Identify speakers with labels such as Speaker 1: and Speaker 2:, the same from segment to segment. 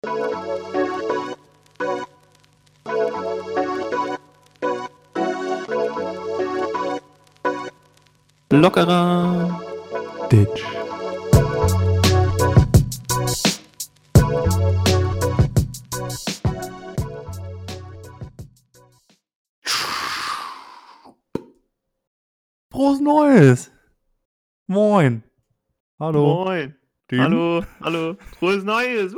Speaker 1: Lockerer Ditch. Frohes Neues! Moin! Hallo!
Speaker 2: Moin!
Speaker 1: Tim?
Speaker 2: Hallo! Frohes Neues!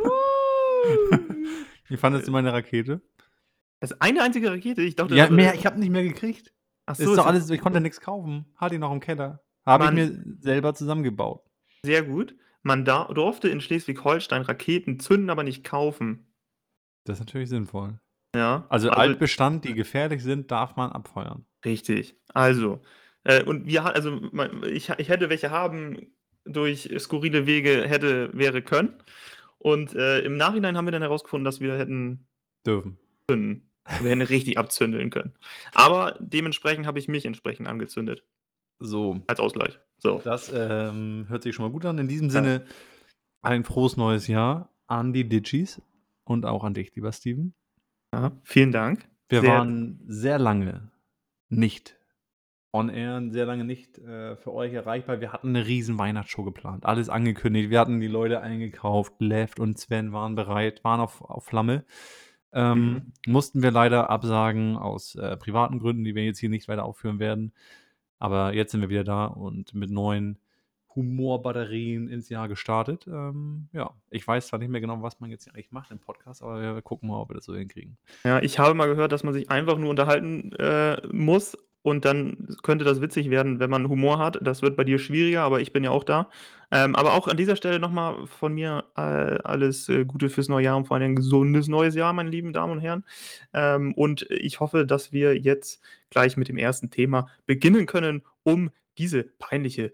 Speaker 1: Wie fandest du meine Rakete?
Speaker 2: Das ist eine einzige Rakete? Ich dachte,
Speaker 1: Ja, mehr, ich habe nicht mehr gekriegt.
Speaker 2: Ach
Speaker 1: Ist
Speaker 2: so,
Speaker 1: doch alles, ich konnte nichts kaufen. Hatte ich noch im Keller. Habe ich mir selber zusammengebaut.
Speaker 2: Sehr gut. Man durfte in Schleswig-Holstein Raketen zünden, aber nicht kaufen.
Speaker 1: Das ist natürlich sinnvoll.
Speaker 2: Ja.
Speaker 1: Also Altbestand, die gefährlich sind, darf man abfeuern.
Speaker 2: Richtig. Also, und ich hätte welche haben durch skurrile Wege wäre können. Und im Nachhinein haben wir dann herausgefunden, dass wir hätten
Speaker 1: Dürfen.
Speaker 2: zünden. Wir hätten richtig abzündeln können. Aber dementsprechend habe ich mich entsprechend angezündet.
Speaker 1: So.
Speaker 2: Als Ausgleich. So.
Speaker 1: Das hört sich schon mal gut an. In diesem Sinne ein frohes neues Jahr an die Ditchies und auch an dich, lieber Steven.
Speaker 2: Ja, vielen Dank.
Speaker 1: Wir waren sehr lange nicht on air, sehr lange nicht für euch erreichbar. Wir hatten eine riesen Weihnachtsshow geplant, alles angekündigt. Wir hatten die Leute eingekauft, Left und Sven waren bereit, waren auf Flamme. Mussten wir leider absagen aus privaten Gründen, die wir jetzt hier nicht weiter aufführen werden. Aber jetzt sind wir wieder da und mit neuen Humorbatterien ins Jahr gestartet. Ja, ich weiß zwar nicht mehr genau, was man jetzt hier eigentlich macht im Podcast, aber wir gucken mal, ob wir das so hinkriegen.
Speaker 2: Ja, ich habe mal gehört, dass man sich einfach nur unterhalten muss und dann könnte das witzig werden, wenn man Humor hat. Das wird bei dir schwieriger, aber ich bin ja auch da. Aber auch an dieser Stelle nochmal von mir alles Gute fürs neue Jahr und vor allem ein gesundes neues Jahr, meine lieben Damen und Herren. Und ich hoffe, dass wir jetzt gleich mit dem ersten Thema beginnen können, um diese peinliche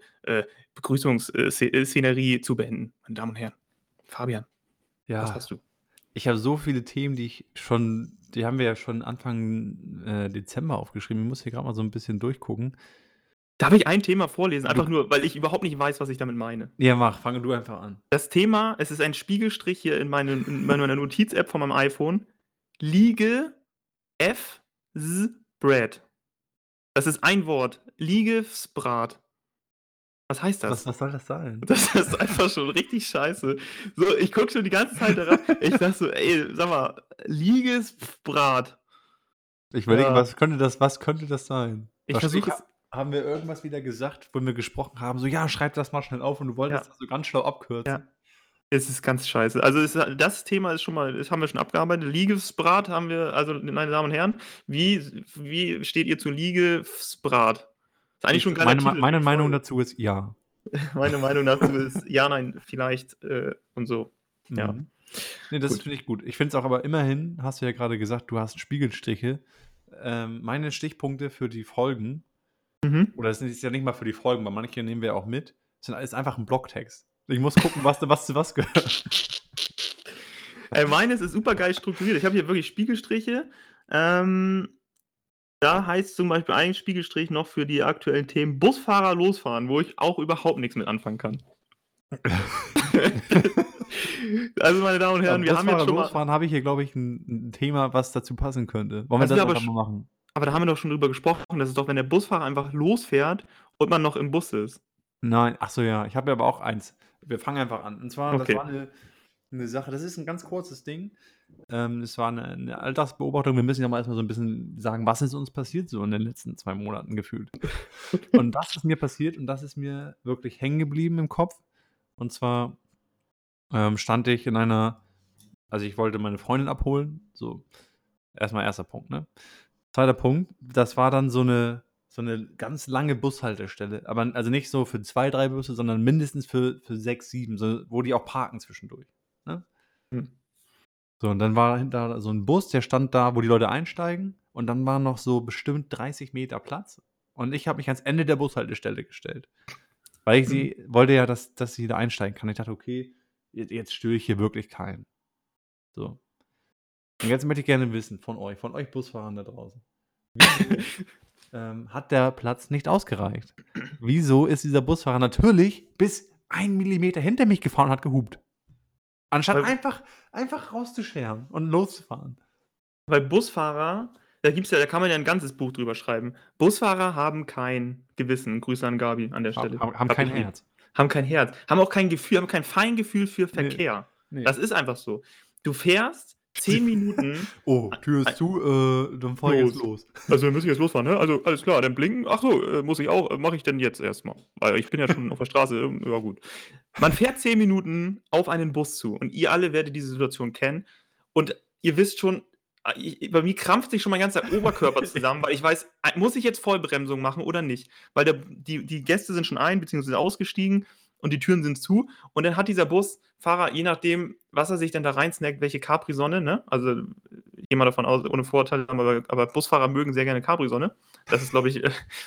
Speaker 2: Begrüßungsszenerie zu beenden. Meine Damen und Herren, Fabian, was hast du?
Speaker 1: Ich habe so viele Themen, die haben wir ja schon Anfang Dezember aufgeschrieben. Ich muss hier gerade mal so ein bisschen durchgucken.
Speaker 2: Darf ich ein Thema vorlesen? Einfach nur, weil ich überhaupt nicht weiß, was ich damit meine.
Speaker 1: Ja, fange du einfach an.
Speaker 2: Das Thema, es ist ein Spiegelstrich hier in meiner Notiz-App von meinem iPhone. Liege F S Bread. Das ist ein Wort. Liegefsbrat. Was heißt das?
Speaker 1: Was soll das sein?
Speaker 2: Das ist einfach schon richtig scheiße. So, ich gucke schon die ganze Zeit darauf. Ich sag so, ey, sag mal, Liegefsbrat.
Speaker 1: Ich überlege, was könnte das sein?
Speaker 2: Ich versuche es.
Speaker 1: Haben wir irgendwas wieder gesagt, wo wir gesprochen haben, so, ja, schreib das mal schnell auf und du wolltest das so ganz schlau abkürzen.
Speaker 2: Ja. Es ist ganz scheiße. Also das Thema ist schon mal, das haben wir schon abgearbeitet. Liegefsbrat haben wir, also meine Damen und Herren, wie steht ihr zu Liegefsbrat? Ist eigentlich schon ein geiler Titel.
Speaker 1: Meine Meinung dazu ist ja.
Speaker 2: Meine Meinung dazu ist ja, nein, vielleicht und so. Ja.
Speaker 1: Nee, das finde ich gut. Ich finde es auch, aber immerhin, hast du ja gerade gesagt, du hast Spiegelstriche. Meine Stichpunkte für die Folgen, oder es ist ja nicht mal für die Folgen, weil manche nehmen wir auch mit, ist einfach ein Blogtext. Ich muss gucken, was zu was gehört.
Speaker 2: Meines ist super geil strukturiert. Ich habe hier wirklich Spiegelstriche. Da heißt zum Beispiel ein Spiegelstrich noch für die aktuellen Themen Busfahrer losfahren, wo ich auch überhaupt nichts mit anfangen kann. Also, meine Damen und Herren, wir haben jetzt schon mal...
Speaker 1: Losfahren habe ich hier, glaube ich, ein Thema, was dazu passen könnte. Wollen wir das einfach mal machen?
Speaker 2: Aber da haben wir doch schon drüber gesprochen. Das ist doch, wenn der Busfahrer einfach losfährt und man noch im Bus ist.
Speaker 1: Nein, ach so, ja. Ich habe ja aber auch eins. Wir fangen einfach an. Und zwar, das war eine Sache, das ist ein ganz kurzes Ding. Es war eine Alltagsbeobachtung. Wir müssen ja mal erstmal so ein bisschen sagen, was ist uns passiert so in den letzten 2 Monaten gefühlt. Und das ist mir passiert und das ist mir wirklich hängen geblieben im Kopf. Und zwar stand ich also ich wollte meine Freundin abholen. So, erstmal erster Punkt, ne? Zweiter Punkt, das war dann so eine ganz lange Bushaltestelle. Aber also nicht so für 2, 3 Busse, sondern mindestens für 6, 7, so, wo die auch parken zwischendurch. Ne? So, und dann war dahinter so ein Bus, der stand da, wo die Leute einsteigen. Und dann waren noch so bestimmt 30 Meter Platz. Und ich habe mich ans Ende der Bushaltestelle gestellt. Weil ich wollte ja, dass sie da einsteigen kann. Ich dachte, okay, jetzt störe ich hier wirklich keinen. So. Und jetzt möchte ich gerne wissen von euch Busfahrern da draußen. Wieso hat der Platz nicht ausgereicht? Wieso ist dieser Busfahrer natürlich bis 1 Millimeter hinter mich gefahren und hat gehupt? Anstatt
Speaker 2: Weil
Speaker 1: einfach rauszuscheren und loszufahren.
Speaker 2: weil Busfahrer, da kann man ja ein ganzes Buch drüber schreiben. Busfahrer haben kein Gewissen. Grüße an Gabi an der Stelle.
Speaker 1: Haben
Speaker 2: Hab
Speaker 1: kein
Speaker 2: ich lieb.
Speaker 1: Herz.
Speaker 2: Haben kein Herz, haben auch kein Gefühl, haben kein Feingefühl für
Speaker 1: Ne,
Speaker 2: Verkehr.
Speaker 1: ne.
Speaker 2: Das ist einfach so. Du fährst 10 Minuten
Speaker 1: Oh, Tür
Speaker 2: ei
Speaker 1: ist zu, dann fahre ich jetzt los.
Speaker 2: Also, wir müssen jetzt losfahren, ne? Also, alles klar, dann blinken. Ach so, muss ich auch mache ich denn jetzt erst mal, weil ich bin ja schon auf der Straße, ja gut. Man fährt 10 Minuten auf einen Bus zu und ihr alle werdet diese Situation kennen und ihr wisst schon, bei mir krampft sich schon mein ganzer Oberkörper zusammen, weil ich weiß, muss ich jetzt Vollbremsung machen oder nicht? Weil die Gäste sind schon beziehungsweise ausgestiegen und die Türen sind zu und dann hat dieser Busfahrer, je nachdem, was er sich denn da reinsnackt, welche Capri-Sonne, ne? Also, ich gehe mal davon aus, ohne Vorurteile, aber Busfahrer mögen sehr gerne Capri-Sonne. Das ist, glaube ich,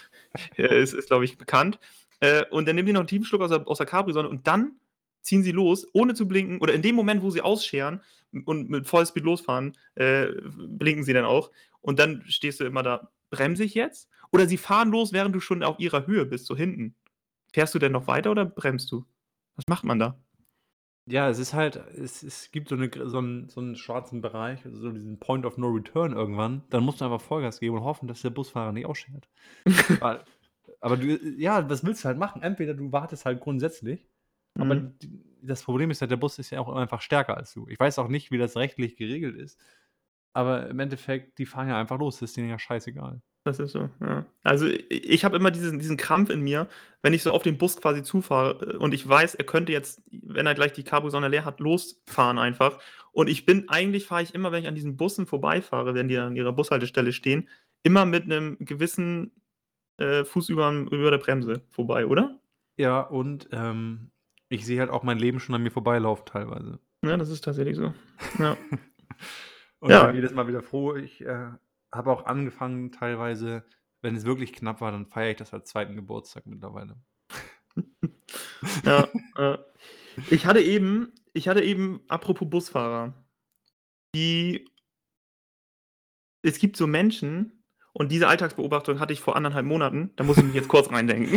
Speaker 2: ist, glaube ich, bekannt. Und dann nehmen die noch einen tiefen Schluck aus der Capri-Sonne und dann ziehen sie los, ohne zu blinken. Oder in dem Moment, wo sie ausscheren und mit Vollspeed losfahren, blinken sie dann auch. Und dann stehst du immer da, bremse ich jetzt? Oder sie fahren los, während du schon auf ihrer Höhe bist, so hinten. Fährst du denn noch weiter oder bremst du? Was macht man da?
Speaker 1: Ja, es ist halt es gibt so 'n schwarzen Bereich, also so diesen Point of No Return irgendwann. Dann musst du einfach Vollgas geben und hoffen, dass der Busfahrer nicht ausschert. Weil aber du ja, was willst du halt machen? Entweder du wartest halt grundsätzlich, aber
Speaker 2: Mhm.
Speaker 1: das Problem ist ja, der Bus ist ja auch einfach stärker als du. Ich weiß auch nicht, wie das rechtlich geregelt ist, aber im Endeffekt, die fahren ja einfach los, das ist denen ja scheißegal.
Speaker 2: Das ist so, ja. Also, ich habe immer diesen Krampf in mir, wenn ich so auf den Bus quasi zufahre, und ich weiß, er könnte jetzt, wenn er gleich die Capri-Sonne leer hat, losfahren einfach. Und eigentlich fahre ich immer, wenn ich an diesen Bussen vorbeifahre, wenn die an ihrer Bushaltestelle stehen, immer mit 'nem gewissen, Fuß über der Bremse vorbei, oder?
Speaker 1: Ja, und, ich sehe halt auch mein Leben schon an mir vorbeilaufen teilweise.
Speaker 2: Ja, das ist tatsächlich so. Ja.
Speaker 1: Und bin
Speaker 2: Ja.
Speaker 1: jedes Mal wieder froh. Ich, habe auch angefangen teilweise, wenn es wirklich knapp war, dann feiere ich das als zweiten Geburtstag mittlerweile.
Speaker 2: Ja, ich hatte eben apropos Busfahrer, die es gibt so Menschen und diese Alltagsbeobachtung hatte ich vor 1,5 Monaten, da muss ich mich jetzt kurz reindenken.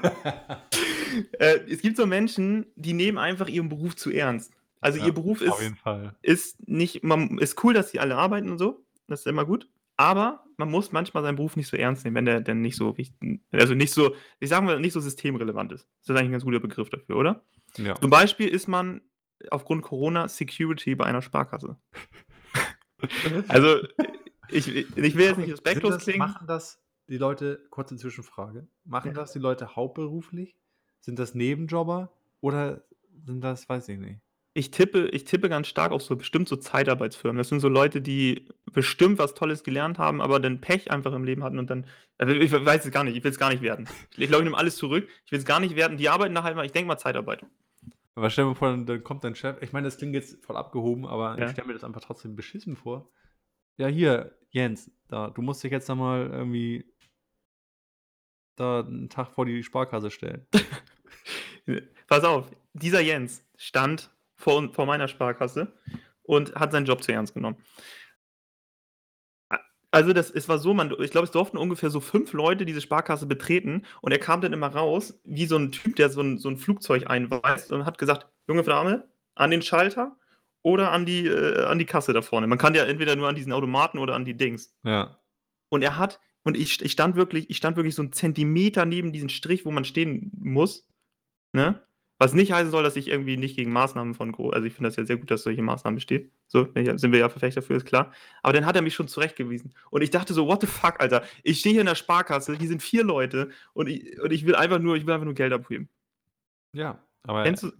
Speaker 2: Es gibt so Menschen, die nehmen einfach ihren Beruf zu ernst. Also, ihr
Speaker 1: Ja,
Speaker 2: Beruf
Speaker 1: auf jeden
Speaker 2: ist
Speaker 1: Fall.
Speaker 2: ist nicht ist cool, dass sie alle arbeiten und so, das ist immer gut, aber man muss manchmal seinen Beruf nicht so ernst nehmen, wenn der denn nicht so nicht so, ich sage mal, nicht so systemrelevant ist. Das ist eigentlich 'n ganz guter Begriff dafür, oder?
Speaker 1: Ja.
Speaker 2: Zum Beispiel ist man aufgrund Corona Security bei einer Sparkasse. Also, ich will jetzt nicht respektlos klingen.
Speaker 1: Machen das die Leute kurze Zwischenfrage, machen
Speaker 2: Ja.
Speaker 1: das die Leute hauptberuflich? Sind das Nebenjobber oder sind das weiß ich nicht.
Speaker 2: Ich tippe ganz stark auf so Zeitarbeitsfirmen. Das sind so Leute, die bestimmt was Tolles gelernt haben, aber dann Pech einfach im Leben hatten und dann, ich weiß es gar nicht, ich will's gar nicht werten. Ich glaube, ich nehme alles zurück. Ich will's gar nicht werten. Die arbeiten da halt mal, ich denke mal Zeitarbeit.
Speaker 1: Aber stell dir mal vor, dann kommt dein Chef, ich meine, das klingt jetzt voll abgehoben, aber ich
Speaker 2: Ja.
Speaker 1: stelle mir das einfach trotzdem beschissen vor. „Ja, hier, Jens, da, du musst dich jetzt da mal irgendwie da 'n Tag vor die Sparkasse stellen.“
Speaker 2: Pass auf, dieser Jens stand vor meiner Sparkasse und hat seinen Job zu ernst genommen. Also, es war so, ich glaube, es durften ungefähr so 5 Leute diese Sparkasse betreten und er kam dann immer raus wie so 'n Typ, der so 'n Flugzeug einweist und hat gesagt: „Junge Dame, an den Schalter oder an die Kasse da vorne.“ Man kann ja entweder nur an diesen Automaten oder an die Dings.
Speaker 1: Ja.
Speaker 2: Und ich stand wirklich so 'n Zentimeter neben diesem Strich, wo man stehen muss, ne? Was nicht heißen soll, dass ich irgendwie nicht gegen Maßnahmen von Co also, ich finde das ja sehr gut, dass solche Maßnahmen bestehen. So, sind wir ja Verfechter für, ist klar. Aber dann hat er mich schon zurechtgewiesen. Und ich dachte so: „What the fuck, Alter? Ich stehe hier in der Sparkasse, hier sind 4 Leute und ich will einfach nur Geld abheben.“
Speaker 1: Ja, aber
Speaker 2: Kennst du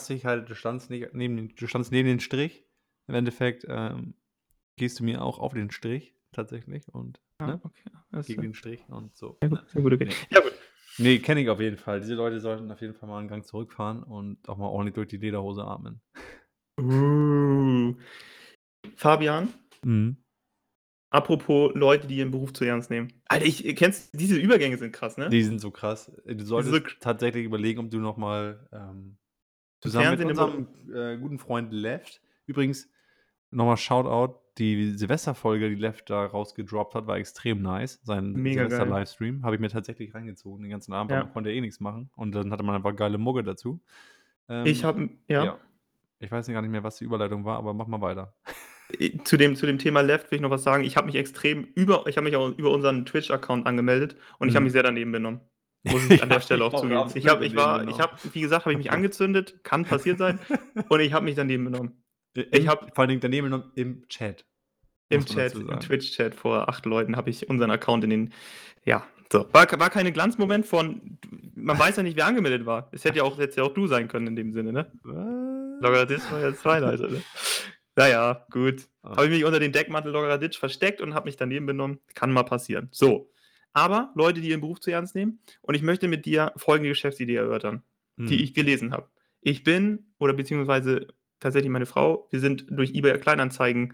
Speaker 1: du standst neben den Strich. Im Endeffekt, gehst du mir auch auf den Strich tatsächlich und,
Speaker 2: ah,
Speaker 1: ne,
Speaker 2: okay, das ist
Speaker 1: gegen
Speaker 2: ja
Speaker 1: den Strich und so,
Speaker 2: sehr gut,
Speaker 1: ne?
Speaker 2: sehr gut, okay.
Speaker 1: Ne.
Speaker 2: Ja gut.
Speaker 1: Ne, kenne ich auf jeden Fall. Diese Leute sollten auf jeden Fall mal 'n Gang zurückfahren und auch mal ordentlich durch die Lederhose atmen.
Speaker 2: Uh. Fabian,
Speaker 1: Mhm.
Speaker 2: apropos Leute, die ihren Beruf zu ernst nehmen. Alter, diese Übergänge sind krass, ne?
Speaker 1: Die sind so krass. Du
Speaker 2: Die sind so
Speaker 1: solltest tatsächlich überlegen, ob du noch mal,
Speaker 2: im
Speaker 1: zusammen mit
Speaker 2: Fernsehen im
Speaker 1: unserem, guten Freund Left übrigens noch mal Shoutout, die Silvesterfolge, die Left da rausgedroppt hat, war extrem nice. Sein
Speaker 2: mega geil.
Speaker 1: Silvester-Livestream habe ich mir tatsächlich reingezogen den ganzen Abend, weil man
Speaker 2: Ja.
Speaker 1: konnte ja eh nix machen und dann hatte man einfach geile Mucke dazu.
Speaker 2: Ich
Speaker 1: Ähm,
Speaker 2: habe ja?
Speaker 1: ja. Ich weiß gar nicht mehr, was die Überleitung war, aber mach mal weiter.
Speaker 2: Zu dem Thema Left will ich noch was sagen. Ich habe mich auch über unseren Twitch-Account angemeldet und ich habe mich sehr daneben benommen. Muss ich an der Stelle auch zugeben. Wie gesagt, habe ich mich angezündet, kann passiert sein, und ich habe mich daneben benommen.
Speaker 1: Vor allen Dingen daneben genommen im Chat.
Speaker 2: Im Chat, im Twitch-Chat vor 8 Leuten habe ich unseren Account war keine Glanzmoment man weiß ja nicht, wer angemeldet war. Es hätte ja auch du sein können in dem Sinne, ne? Logaritsch war ja Zweiter, ne? Naja, gut. Habe ich mich unter den Deckmantel Logaritsch versteckt und habe mich daneben benommen. Kann mal passieren. So. Aber Leute, die ihren Beruf zu ernst nehmen, und ich möchte mit dir folgende Geschäftsidee erörtern, die ich gelesen habe. Ich bin, oder beziehungsweise tatsächlich meine Frau, wir sind durch eBay Kleinanzeigen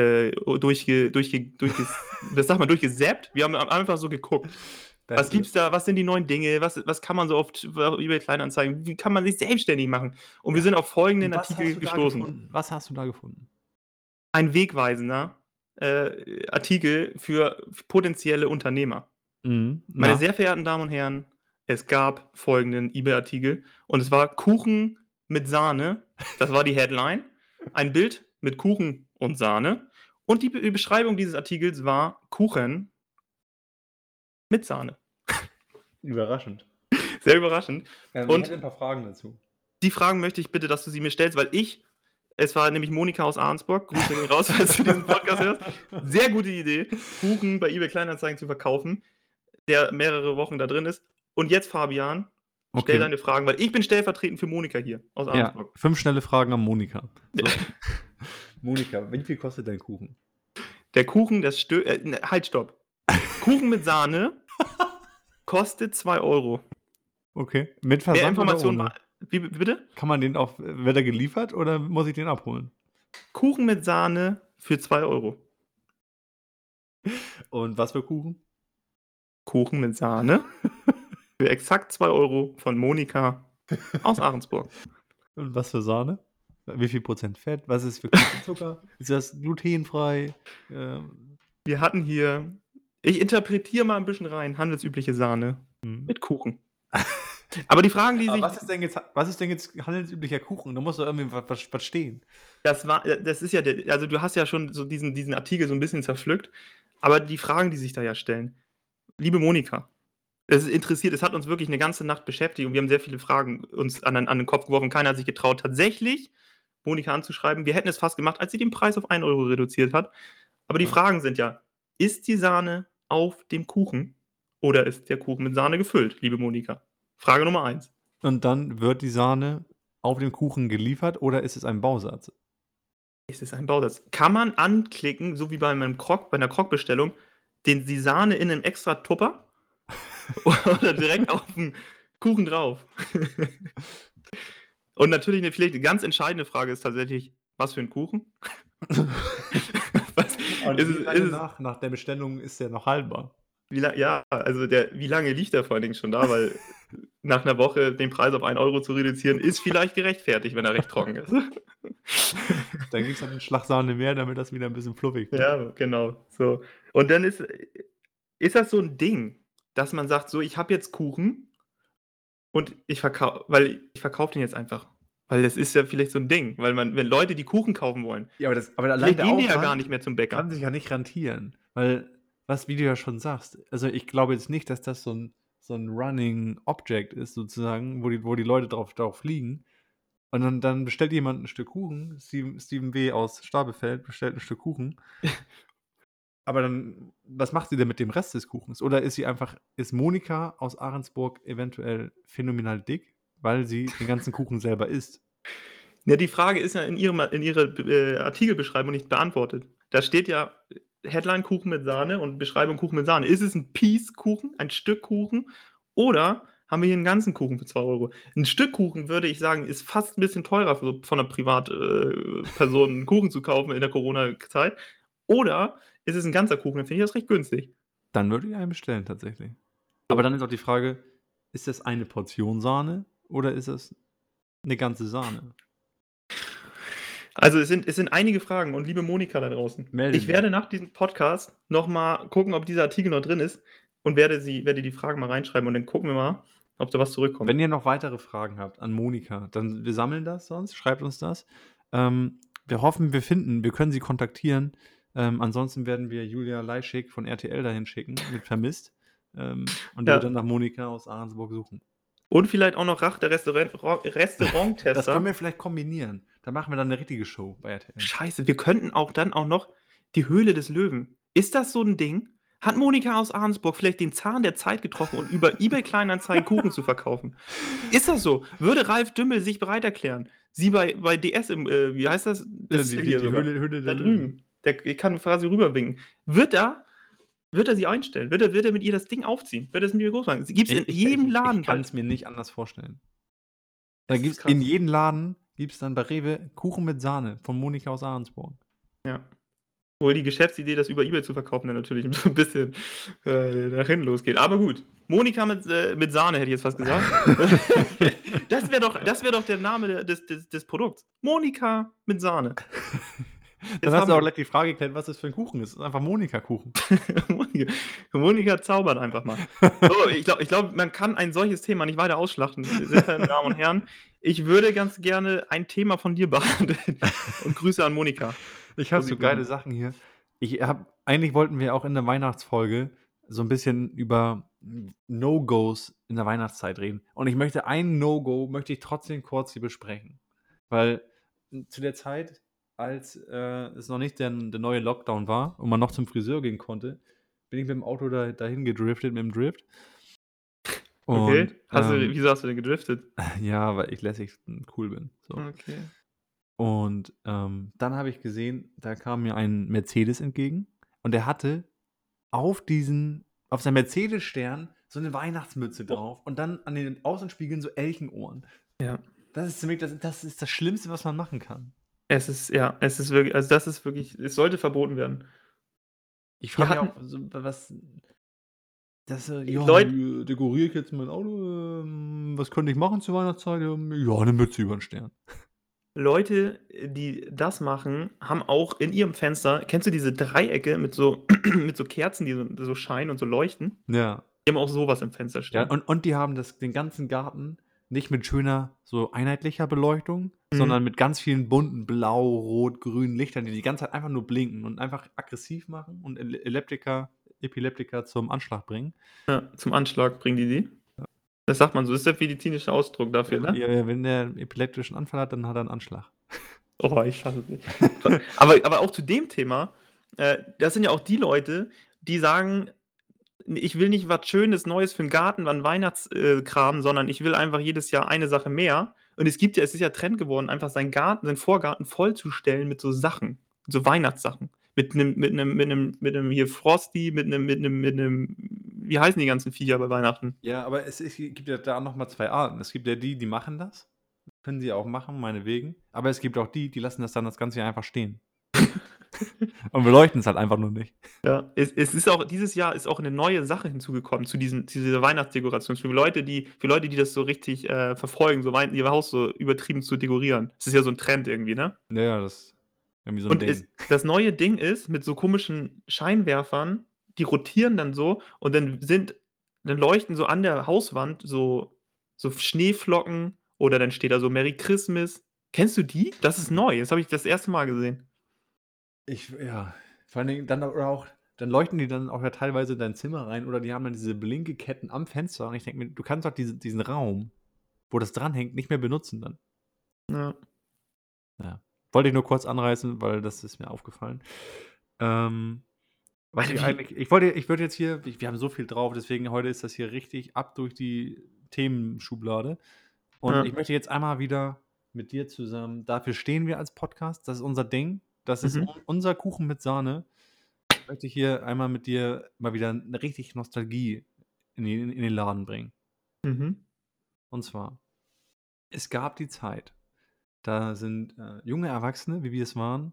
Speaker 2: durchgesappt. Wir haben einfach so geguckt. Was gibt's da? Was sind die neuen Dinge? Was kann man so oft eBay Kleinanzeigen? Wie kann man sich selbstständig machen? Und wir sind auf folgenden Artikel gestoßen.
Speaker 1: Was hast du da gefunden?
Speaker 2: Ein wegweisender Artikel für potenzielle Unternehmer. Meine sehr verehrten Damen und Herren, es gab folgenden eBay-Artikel und es war Kuchen mit Sahne. Das war die Headline. Ein Bild mit Kuchen und Sahne. Und die Beschreibung dieses Artikels war Kuchen mit Sahne.
Speaker 1: Überraschend.
Speaker 2: Sehr überraschend.
Speaker 1: Und ich hätte ein paar Fragen dazu.
Speaker 2: Die Fragen möchte ich bitte, dass du sie mir stellst, weil es war nämlich Monika aus Ahrensburg, Grüße gehen raus, falls du diesen Podcast hörst. Sehr gute Idee, Kuchen bei eBay Kleinanzeigen zu verkaufen, der mehrere Wochen da drin ist. Und jetzt, Fabian, stell deine Fragen, weil ich bin stellvertretend für Monika hier aus Ahrensburg.
Speaker 1: Ja, 5 schnelle Fragen an Monika. So. Monika, wie viel kostet dein Kuchen?
Speaker 2: Der Kuchen, halt, stopp. Kuchen mit Sahne kostet 2 €.
Speaker 1: Okay, mit Versand oder ohne?
Speaker 2: Wie bitte?
Speaker 1: Kann man den wird er geliefert oder muss ich den abholen?
Speaker 2: Kuchen mit Sahne für 2 €.
Speaker 1: Und was für Kuchen?
Speaker 2: Kuchen mit Sahne für exakt 2 € von Monika aus Ahrensburg.
Speaker 1: Und was für Sahne? Wie viel Prozent Fett? Was ist für Zucker? Ist das glutenfrei?
Speaker 2: Wir hatten hier, ich interpretiere mal ein bisschen rein, handelsübliche Sahne mit Kuchen. Aber die Fragen, die sich...
Speaker 1: Was ist denn jetzt handelsüblicher Kuchen? Da musst du irgendwie was verstehen.
Speaker 2: Das ist ja, also du hast ja schon so diesen Artikel so ein bisschen zerpflückt, aber die Fragen, die sich da ja stellen. Liebe Monika, es hat uns wirklich eine ganze Nacht beschäftigt und wir haben sehr viele Fragen uns an den Kopf geworfen. Keiner hat sich getraut, tatsächlich Monika anzuschreiben. Wir hätten es fast gemacht, als sie den Preis auf 1 € reduziert hat. Aber die Fragen sind ja, ist die Sahne auf dem Kuchen oder ist der Kuchen mit Sahne gefüllt, liebe Monika? Frage Nummer 1.
Speaker 1: Und dann wird die Sahne auf dem Kuchen geliefert oder ist es ein Bausatz?
Speaker 2: Es ist ein Bausatz. Kann man anklicken, so wie bei einer Krogbestellung, die Sahne in einem extra Tupper oder direkt auf dem Kuchen drauf? Und natürlich vielleicht eine ganz entscheidende Frage ist tatsächlich, was für ein Kuchen?
Speaker 1: Nach der Bestellung ist der noch haltbar?
Speaker 2: Wie lange liegt der vor allen Dingen schon da? Weil nach einer Woche den Preis auf 1 € zu reduzieren, ist vielleicht gerechtfertigt, wenn er recht trocken ist.
Speaker 1: Dann gibt es halt einen Schlag Sahne mehr, damit das wieder ein bisschen fluffig wird.
Speaker 2: Ja, genau. So. Und dann ist das so ein Ding, dass man sagt, so, ich habe jetzt Kuchen und ich verkaufe den jetzt einfach. Weil das ist ja vielleicht so ein Ding, weil wenn Leute die Kuchen kaufen wollen,
Speaker 1: aber allein
Speaker 2: gehen die ja gar nicht mehr zum Bäcker.
Speaker 1: Kann sich ja nicht rentieren, weil, wie du ja schon sagst, also ich glaube jetzt nicht, dass das so ein Running Object ist sozusagen, wo die Leute drauf fliegen. Und dann bestellt jemand ein Stück Kuchen, Steven W. aus Stabefeld bestellt ein Stück Kuchen. Aber dann, was macht sie denn mit dem Rest des Kuchens? Oder ist Monika aus Ahrensburg eventuell phänomenal dick, weil sie den ganzen Kuchen selber isst?
Speaker 2: Ja, die Frage ist ja in ihrer Artikelbeschreibung nicht beantwortet. Da steht ja Headline Kuchen mit Sahne und Beschreibung Kuchen mit Sahne. Ist es ein Piece Kuchen, ein Stück Kuchen, oder haben wir hier einen ganzen Kuchen für 2 €? Ein Stück Kuchen, würde ich sagen, ist fast ein bisschen teurer von einer Privatperson einen Kuchen zu kaufen in der Corona-Zeit. Oder ist es ein ganzer Kuchen? Dann finde ich das recht günstig.
Speaker 1: Dann würde ich einen bestellen, tatsächlich. Aber dann ist auch die Frage, ist das eine Portion Sahne oder ist das eine ganze Sahne?
Speaker 2: Also es sind einige Fragen und liebe Monika da draußen, ich werde nach diesem Podcast nochmal gucken, ob dieser Artikel noch drin ist und werde die Fragen mal reinschreiben und dann gucken wir mal, ob da was zurückkommt.
Speaker 1: Wenn ihr noch weitere Fragen habt an Monika, dann wir sammeln das sonst, schreibt uns das. Wir hoffen, wir können sie kontaktieren. Ansonsten werden wir Julia Leischig von RTL dahin schicken mit Vermisst. Und die wird dann nach Monika aus Ahrensburg suchen.
Speaker 2: Und vielleicht auch noch Rach der
Speaker 1: Das
Speaker 2: Restauranttester.
Speaker 1: können wir vielleicht kombinieren. Da machen wir dann eine richtige Show bei RTL.
Speaker 2: Scheiße, wir könnten dann auch noch die Höhle des Löwen. Ist das so ein Ding? Hat Monika aus Ahrensburg vielleicht den Zahn der Zeit getroffen und über eBay Kleinanzeigen Kuchen zu verkaufen? Ist das so? Würde Ralf Dümmel sich bereit erklären? Sie bei DS wie heißt das? Das ist
Speaker 1: die
Speaker 2: hier sogar.
Speaker 1: Höhle
Speaker 2: Da
Speaker 1: der
Speaker 2: drüben. Der kann quasi rüberwinken. Wird er sie einstellen? Wird er mit ihr das Ding aufziehen? Wird er es mit ihr groß machen? Gibt es in jedem Laden.
Speaker 1: Ich kann es mir nicht anders vorstellen. Da gibt's in jedem Laden gibt es dann bei Rewe Kuchen mit Sahne von Monika aus Ahrensburg.
Speaker 2: Ja. Wohl die Geschäftsidee, das über eBay zu verkaufen, dann natürlich so ein bisschen nach hinten losgeht. Aber gut. Monika mit Sahne, hätte ich jetzt fast gesagt. Das wäre doch der Name des Produkts. Monika mit Sahne.
Speaker 1: Dann hast du auch gleich die Frage geklärt, was das für ein Kuchen ist. Das ist einfach Monika-Kuchen.
Speaker 2: Monika zaubert einfach mal. So, ich glaube, man kann ein solches Thema nicht weiter ausschlachten. Sehr verehrte Damen und Herren, ich würde ganz gerne ein Thema von dir behandeln. Und Grüße an Monika.
Speaker 1: Ich habe so geile Sachen hier. Eigentlich wollten wir auch in der Weihnachtsfolge so ein bisschen über No-Gos in der Weihnachtszeit reden. Und ich möchte ein No-Go trotzdem kurz hier besprechen. Weil zu der Zeit, als es noch nicht der neue Lockdown war und man noch zum Friseur gehen konnte, bin ich mit dem Auto dahin gedriftet, mit dem Drift.
Speaker 2: Und, okay. Wieso hast du denn gedriftet?
Speaker 1: Ja, weil ich lässig cool bin. So.
Speaker 2: Okay.
Speaker 1: Und dann habe ich gesehen, da kam mir ein Mercedes entgegen und der hatte auf seinem Mercedes-Stern so eine Weihnachtsmütze drauf und dann an den Außenspiegeln so Elchenohren.
Speaker 2: Ja.
Speaker 1: Das ist ziemlich, das ist das Schlimmste, was man machen kann.
Speaker 2: Es ist wirklich, also das ist wirklich, es sollte verboten werden.
Speaker 1: Ich frage mich auch, was. Dekoriere ich jetzt mein Auto? Was könnte ich machen zur Weihnachtszeit? Ja, eine Mütze über den Stern.
Speaker 2: Leute, die das machen, haben auch in ihrem Fenster, kennst du diese Dreiecke mit so Kerzen, die so scheinen und so leuchten?
Speaker 1: Ja.
Speaker 2: Die haben auch sowas im Fenster stehen.
Speaker 1: Ja, und die haben den ganzen Garten nicht mit schöner, so einheitlicher Beleuchtung, sondern mit ganz vielen bunten Blau, Rot, Grün Lichtern, die die ganze Zeit einfach nur blinken und einfach aggressiv machen und Epileptiker zum Anschlag bringen.
Speaker 2: Ja, zum Anschlag bringen die. Ja. Das sagt man so, das ist der medizinische Ausdruck dafür, ne?
Speaker 1: Ja, wenn der einen epileptischen Anfall hat, dann hat er einen Anschlag.
Speaker 2: Oh, ich fasse es nicht. aber auch zu dem Thema, das sind ja auch die Leute, die sagen, ich will nicht was Schönes, Neues für den Garten, wann Weihnachtskram, sondern ich will einfach jedes Jahr eine Sache mehr. Und es ist ja Trend geworden, einfach seinen Vorgarten vollzustellen mit so Sachen, so Weihnachtssachen. Mit einem hier Frosty, mit einem, wie heißen die ganzen Viecher bei Weihnachten?
Speaker 1: Ja, aber es gibt ja da nochmal zwei Arten. Es gibt ja die machen das. Können sie auch machen, meinetwegen. Aber es gibt auch die lassen das dann das ganze Jahr einfach stehen. Und beleuchten es halt einfach nur nicht.
Speaker 2: Ja, es ist auch, dieses Jahr ist auch eine neue Sache hinzugekommen zu dieser Weihnachtsdekoration. Für Leute, die das so richtig verfolgen, so ihr Haus so übertrieben zu dekorieren. Das ist ja so ein Trend irgendwie, ne?
Speaker 1: Ja, das ist irgendwie so ein Ding.
Speaker 2: Das neue Ding ist, mit so komischen Scheinwerfern, die rotieren dann so und dann leuchten so an der Hauswand so Schneeflocken oder dann steht da so Merry Christmas. Kennst du die? Das ist neu. Das habe ich das erste Mal gesehen.
Speaker 1: Vor allen Dingen dann leuchten die dann auch ja teilweise in dein Zimmer rein oder die haben dann diese Blinkeketten am Fenster und ich denke mir, du kannst doch diesen Raum, wo das dranhängt, nicht mehr benutzen dann.
Speaker 2: Ja.
Speaker 1: Wollte ich nur kurz anreißen, weil das ist mir aufgefallen. Ich würde jetzt hier, wir haben so viel drauf, deswegen heute ist das hier richtig ab durch die Themenschublade. Und ich möchte jetzt einmal wieder mit dir zusammen, dafür stehen wir als Podcast, das ist unser Ding, das ist unser Kuchen mit Sahne. Ich möchte hier einmal mit dir mal wieder eine richtig Nostalgie in den Laden bringen. Und zwar, es gab die Zeit, da sind junge Erwachsene, wie wir es waren,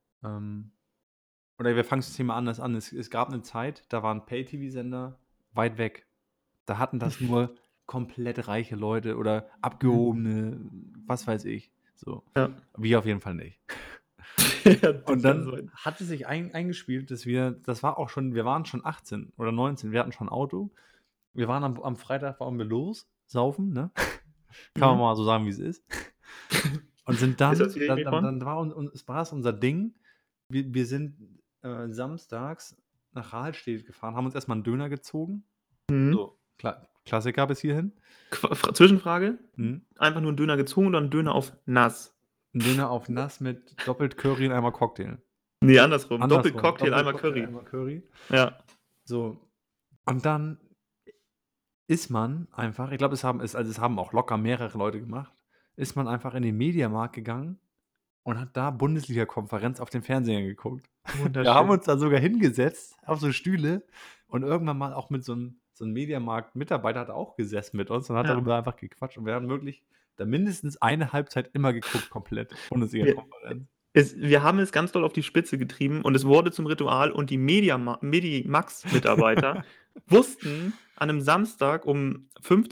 Speaker 1: oder wir fangen das Thema anders an. Es gab eine Zeit, da waren Pay-TV-Sender weit weg. Da hatten das nur komplett reiche Leute oder abgehobene, was weiß ich. So.
Speaker 2: Ja.
Speaker 1: Wir auf jeden Fall nicht. Und dann hat es sich eingespielt, dass wir waren schon 18 oder 19, wir hatten schon ein Auto. Wir waren am Freitag, waren wir los, saufen, ne? Kann man mal so sagen, wie es ist. Und sind
Speaker 2: Das
Speaker 1: dann,
Speaker 2: erzähle ich mir von.
Speaker 1: dann war es unser Ding. Wir sind samstags nach Rahlstedt gefahren, haben uns erstmal einen Döner gezogen.
Speaker 2: Mhm.
Speaker 1: So, Klassiker bis hierhin.
Speaker 2: Zwischenfrage:
Speaker 1: Mhm.
Speaker 2: Einfach nur 'n Döner gezogen oder 'n Döner auf nass?
Speaker 1: Ein Döner auf nass mit doppelt Curry und einmal Cocktail.
Speaker 2: Ne, andersrum. Doppelt
Speaker 1: Andersrum,
Speaker 2: Cocktail,
Speaker 1: doppelt
Speaker 2: einmal
Speaker 1: Cocktail,
Speaker 2: Curry.
Speaker 1: einmal Curry.
Speaker 2: Ja.
Speaker 1: So, und dann ist man einfach, ich glaube, es haben auch locker mehrere Leute gemacht, ist man einfach in den Mediamarkt gegangen und hat da Bundesliga-Konferenz auf dem Fernseher geguckt. Wir haben
Speaker 2: Wunderschön.
Speaker 1: uns da sogar hingesetzt auf so Stühle und irgendwann mal auch mit so 'n Mediamarkt-Mitarbeiter hat auch gesessen mit uns und hat
Speaker 2: Ja.
Speaker 1: darüber einfach gequatscht und wir haben wirklich da mindestens eine Halbzeit immer geguckt komplett,
Speaker 2: Wir
Speaker 1: Bundesliga-Konferenz.
Speaker 2: wir haben es ganz doll auf die Spitze getrieben und es wurde zum Ritual und die Medimax-Mitarbeiter wussten, an 'nem Samstag um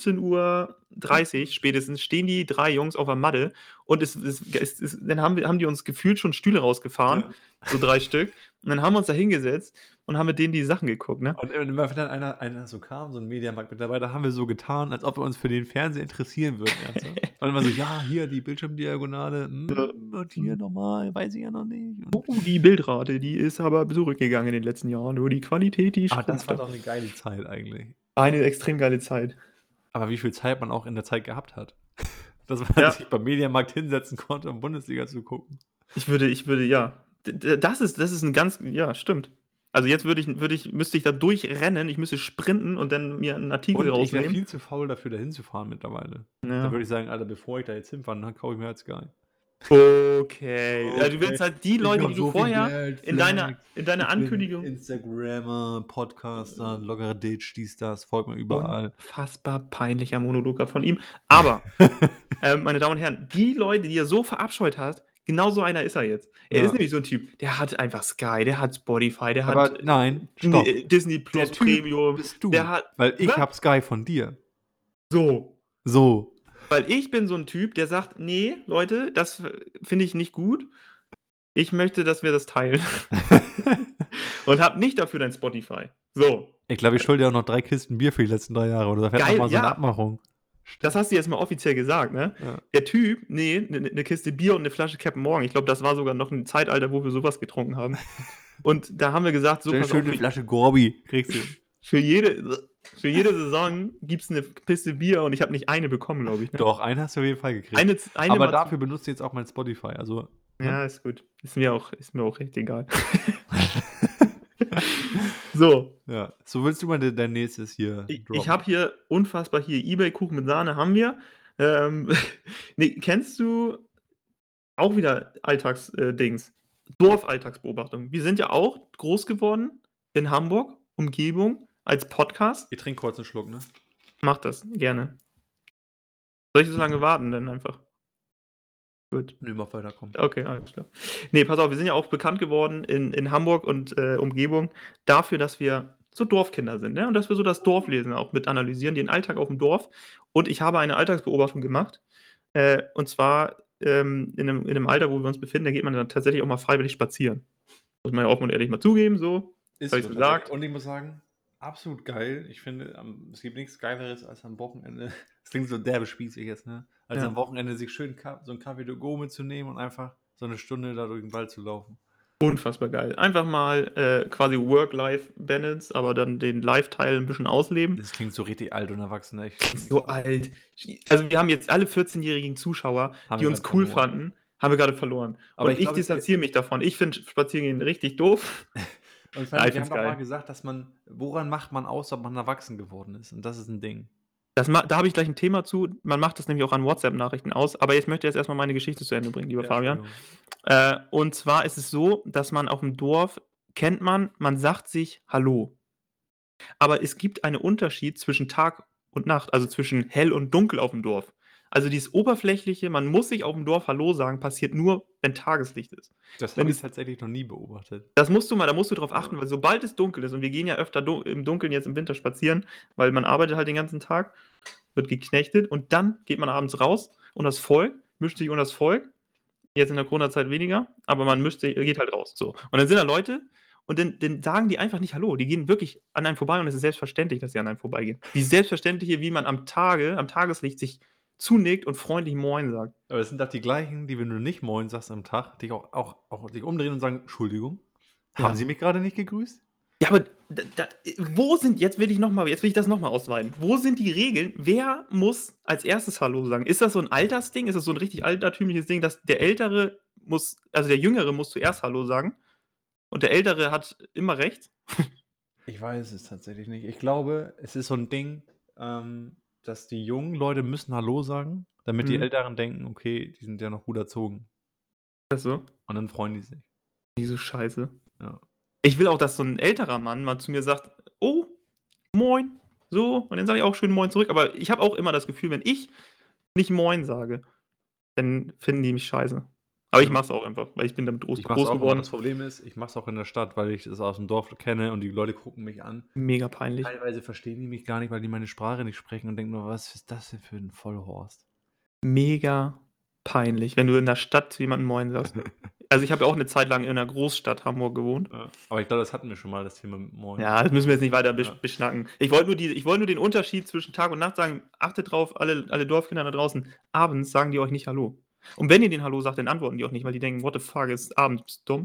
Speaker 2: 15:30 spätestens stehen die 3 Jungs auf der Matte und dann haben die uns gefühlt schon Stühle rausgefahren,
Speaker 1: Ja.
Speaker 2: so 3 Stück. Und dann haben wir uns da hingesetzt und haben mit denen die Sachen geguckt, ne?
Speaker 1: Und immer wenn dann einer so kam, so 'n Mediamarkt-Mitarbeiter, haben wir so getan, als ob wir uns für den Fernseher interessieren würden ernsthaft. Und immer so: „Ja, hier die Bildschirmdiagonale,
Speaker 2: Ja.
Speaker 1: und hier nochmal, weiß ich ja noch nicht." Und
Speaker 2: Die Bildrate, die ist aber zurückgegangen in den letzten Jahren. Nur die Qualität, die
Speaker 1: aber das
Speaker 2: schrumpft
Speaker 1: war
Speaker 2: da.
Speaker 1: doch 'ne geile Zeit eigentlich.
Speaker 2: Eine extrem geile Zeit.
Speaker 1: Aber wie viel Zeit man auch in der Zeit gehabt hat. Dass man
Speaker 2: Ja,
Speaker 1: sich beim Mediamarkt hinsetzen konnte, um Bundesliga zu gucken.
Speaker 2: ich würde ja. Das ist 'n ganz ja, stimmt. Also, jetzt müsste ich da durchrennen, ich müsste sprinten und dann mir 'n Artikel
Speaker 1: Und ich wäre
Speaker 2: rausnehmen.
Speaker 1: viel zu faul dafür, da hinzufahren mittlerweile. Da
Speaker 2: Ja.
Speaker 1: würde ich sagen: „Alter, bevor ich da jetzt hinfahre, dann kaufe ich mir halt Sky."
Speaker 2: Okay. Also, du
Speaker 1: Okay,
Speaker 2: willst halt die
Speaker 1: ich
Speaker 2: Leute,
Speaker 1: habe
Speaker 2: die du
Speaker 1: so viel
Speaker 2: vorher
Speaker 1: Geld,
Speaker 2: in deiner
Speaker 1: Flex, ich bin
Speaker 2: Ankündigung
Speaker 1: Instagrammer, Podcaster, lockerer Ditch, dies, das, folgt mir überall.
Speaker 2: unfassbar peinlicher Monolog grad von ihm. Aber meine Damen und Herren, die Leute, die er so verabscheut hat, genau so einer ist er jetzt. Er ist
Speaker 1: Ja.
Speaker 2: nämlich so 'n Typ, der hat einfach Sky, der hat Spotify, der hat,
Speaker 1: Aber nein, stopp.
Speaker 2: Disney
Speaker 1: Der
Speaker 2: Plus
Speaker 1: Typ
Speaker 2: Premium,
Speaker 1: bist
Speaker 2: der
Speaker 1: du,
Speaker 2: hat
Speaker 1: weil ich
Speaker 2: was?
Speaker 1: habe Sky von dir.
Speaker 2: So.
Speaker 1: So.
Speaker 2: Weil ich bin so 'n Typ, der sagt: „Ne, Leute, das finde ich nicht gut. Ich möchte, dass wir das teilen." Und habe nicht dafür dein Spotify. So.
Speaker 1: Ich glaube, ich schulde dir auch noch 3 Kisten Bier für die letzten 3 Jahre oder da fährt noch
Speaker 2: Geil,
Speaker 1: mal so 'ne
Speaker 2: ja.
Speaker 1: Abmachung.
Speaker 2: Das hast du jetzt mal offiziell gesagt, ne?
Speaker 1: Ja.
Speaker 2: Der Typ, ne, 'ne Kiste Bier und 'ne Flasche Captain Morgan. Ich glaube, das war sogar noch 'n Zeitalter, wo wir so was getrunken haben. Und da haben wir gesagt: „So,
Speaker 1: So 'ne
Speaker 2: pass auf,
Speaker 1: schöne Flasche Gorbi kriegst du.
Speaker 2: für jede Saison gibt's 'ne Kiste Bier" und ich habe nicht eine bekommen, glaube ich, ne?
Speaker 1: Doch, einen hast du auf jeden Fall gekriegt.
Speaker 2: Eine
Speaker 1: Aber
Speaker 2: mal zu
Speaker 1: dafür benutzt du jetzt auch mein Spotify, also, ne?
Speaker 2: ja, ist gut. Ist mir auch recht egal. So.
Speaker 1: Ja. So, willst du mal dein nächstes hier
Speaker 2: Ich
Speaker 1: droppen?
Speaker 2: habe hier unfassbar hier eBay-Kuchen mit Sahne haben wir. Ähm, ne, kennst du auch wieder Dings, Dorfalltagsbeobachtung. Wir sind ja auch groß geworden in Hamburg, Umgebung, als Podcast.
Speaker 1: Ich trinke kurz 'n Schluck, ne?
Speaker 2: Mach das, gerne. Soll ich so lange warten dann einfach? Gut.
Speaker 1: Ne, mach weiter, komm.
Speaker 2: Okay, alles klar. Ne, pass auf, wir sind ja auch bekannt geworden in Hamburg und, Umgebung dafür, dass wir so Dorfkinder sind, ne? Und dass wir so das Dorfleben auch mit analysieren, den Alltag aufm Dorf. Und ich habe eine Alltagsbeobachtung gemacht, und zwar, in 'nem Alter, wo wir uns befinden, da geht man dann tatsächlich auch mal freiwillig spazieren. Muss man ja offen und ehrlich mal zugeben, so.
Speaker 1: Ist
Speaker 2: Habe
Speaker 1: so
Speaker 2: ich's
Speaker 1: tatsächlich.
Speaker 2: gesagt.
Speaker 1: Und ich muss sagen, absolut geil. Ich finde, es gibt nichts Geileres als am Wochenende das klingt so derbe spießig jetzt, ne? Als
Speaker 2: Ja.
Speaker 1: am Wochenende sich schön so 'n Café to go mitzunehmen und einfach so 'ne Stunde da durch den Wald zu laufen.
Speaker 2: Unfassbar geil. Einfach mal, quasi Work-Life-Balance, aber dann den Life-Teil 'n bisschen ausleben.
Speaker 1: Das klingt so richtig alt und erwachsen, ne?
Speaker 2: So alt. Also, wir haben jetzt alle 14-jährigen Zuschauer,
Speaker 1: Haben
Speaker 2: die
Speaker 1: wir
Speaker 2: uns
Speaker 1: grad
Speaker 2: cool
Speaker 1: verloren.
Speaker 2: fanden, haben wir grade verloren.
Speaker 1: Aber
Speaker 2: Und
Speaker 1: ich
Speaker 2: ich
Speaker 1: glaube,
Speaker 2: distanziere mich davon. Ich finde Spazierengehen richtig doof.
Speaker 1: und vor
Speaker 2: Ja,
Speaker 1: allem,
Speaker 2: ich
Speaker 1: wir
Speaker 2: finde
Speaker 1: haben
Speaker 2: es
Speaker 1: doch mal
Speaker 2: geil.
Speaker 1: gesagt, dass woran macht man aus, ob man erwachsen geworden ist? Und das ist 'n Ding.
Speaker 2: Da habe ich gleich 'n Thema zu. Man macht das nämlich auch an WhatsApp-Nachrichten aus. Aber ich möchte jetzt erst mal meine Geschichte zu Ende bringen, lieber
Speaker 1: Ja,
Speaker 2: Fabian.
Speaker 1: Entschuldigung.
Speaker 2: Und zwar ist es so, dass man aufm Dorf kennt man sagt sich „Hallo". Aber es gibt einen Unterschied zwischen Tag und Nacht, also zwischen hell und dunkel aufm Dorf. Also, dieses Oberflächliche, man muss sich aufm Dorf „Hallo" sagen, passiert nur, wenn Tageslicht ist.
Speaker 1: Das
Speaker 2: Wenn
Speaker 1: habe ich
Speaker 2: es
Speaker 1: tatsächlich noch nie beobachtet.
Speaker 2: Das musst du mal da musst du drauf
Speaker 1: Ja.
Speaker 2: achten, weil sobald es dunkel ist und wir gehen ja öfter im Dunkeln jetzt im Winter spazieren, weil man arbeitet halt den ganzen Tag, wird geknechtet und dann geht man abends raus und das Volk mischt sich unter das Volk. Jetzt in der Corona-Zeit weniger, aber man geht halt raus, so. Und dann sind da Leute und dann sagen die einfach nicht „Hallo". Die gehen wirklich an einem vorbei und es ist selbstverständlich, dass sie an einem vorbeigehen. Wie selbstverständlich, wie man am Tageslicht sich zunickt und freundlich Moin sagt.
Speaker 1: Aber das sind doch die gleichen, die, wenn du nicht Moin sagst am Tag, dich auch dich umdrehen und sagen: „Entschuldigung, haben
Speaker 2: Ja.
Speaker 1: Sie mich gerade nicht gegrüßt?“
Speaker 2: Ja, aber wo sind, jetzt will ich das nochmal ausweiten. Wo sind die Regeln? Wer muss als erstes Hallo sagen? Ist das so ein Altersding? Ist das so ein richtig altertümliches Ding, dass der der Jüngere muss zuerst Hallo sagen und der Ältere hat immer recht?
Speaker 1: Ich weiß es tatsächlich nicht. Ich glaube, es ist so ein Ding, dass die jungen Leute müssen „Hallo“ sagen, damit die
Speaker 2: Mhm.
Speaker 1: Älteren denken: „Okay, die sind ja noch gut erzogen.“
Speaker 2: Ist das so?
Speaker 1: Und dann freuen die sich.
Speaker 2: Diese Scheiße.
Speaker 1: Ja.
Speaker 2: Ich will auch, dass so ein älterer Mann mal zu mir sagt: „Oh, Moin“, so, und dann sage ich auch schön Moin zurück, aber ich habe auch immer das Gefühl, wenn ich nicht Moin sage, dann finden die mich scheiße. Aber ich
Speaker 1: Ja.
Speaker 2: mache es auch einfach, weil ich bin damit groß
Speaker 1: Ich mache es
Speaker 2: groß
Speaker 1: auch immer. Das
Speaker 2: geworden.
Speaker 1: Problem ist, ich mache es auch in der Stadt, weil ich es aus'm Dorf kenne und die Leute gucken mich an.
Speaker 2: Mega peinlich.
Speaker 1: Teilweise verstehen die mich gar nicht, weil die meine Sprache nicht sprechen und denken nur: „Was ist das denn für 'n Vollhorst?“
Speaker 2: Mega peinlich, wenn du in der Stadt zu jemandem Moin sagst. Also, ich habe ja auch 'ne Zeit lang in 'ner Großstadt Hamburg gewohnt.
Speaker 1: Ja. Aber ich glaube, das hatten wir schon mal, das Thema mit Moin.
Speaker 2: Ja, das müssen wir jetzt nicht weiter
Speaker 1: Ja.
Speaker 2: beschnacken. Ich wollte nur den Unterschied zwischen Tag und Nacht sagen. Achtet drauf, alle Dorfkinder da draußen, abends sagen die euch nicht Hallo. Und wenn ihr denen Hallo sagt, dann antworten die auch nicht, weil die denken: „What the fuck, es ist abends, bist du dumm?“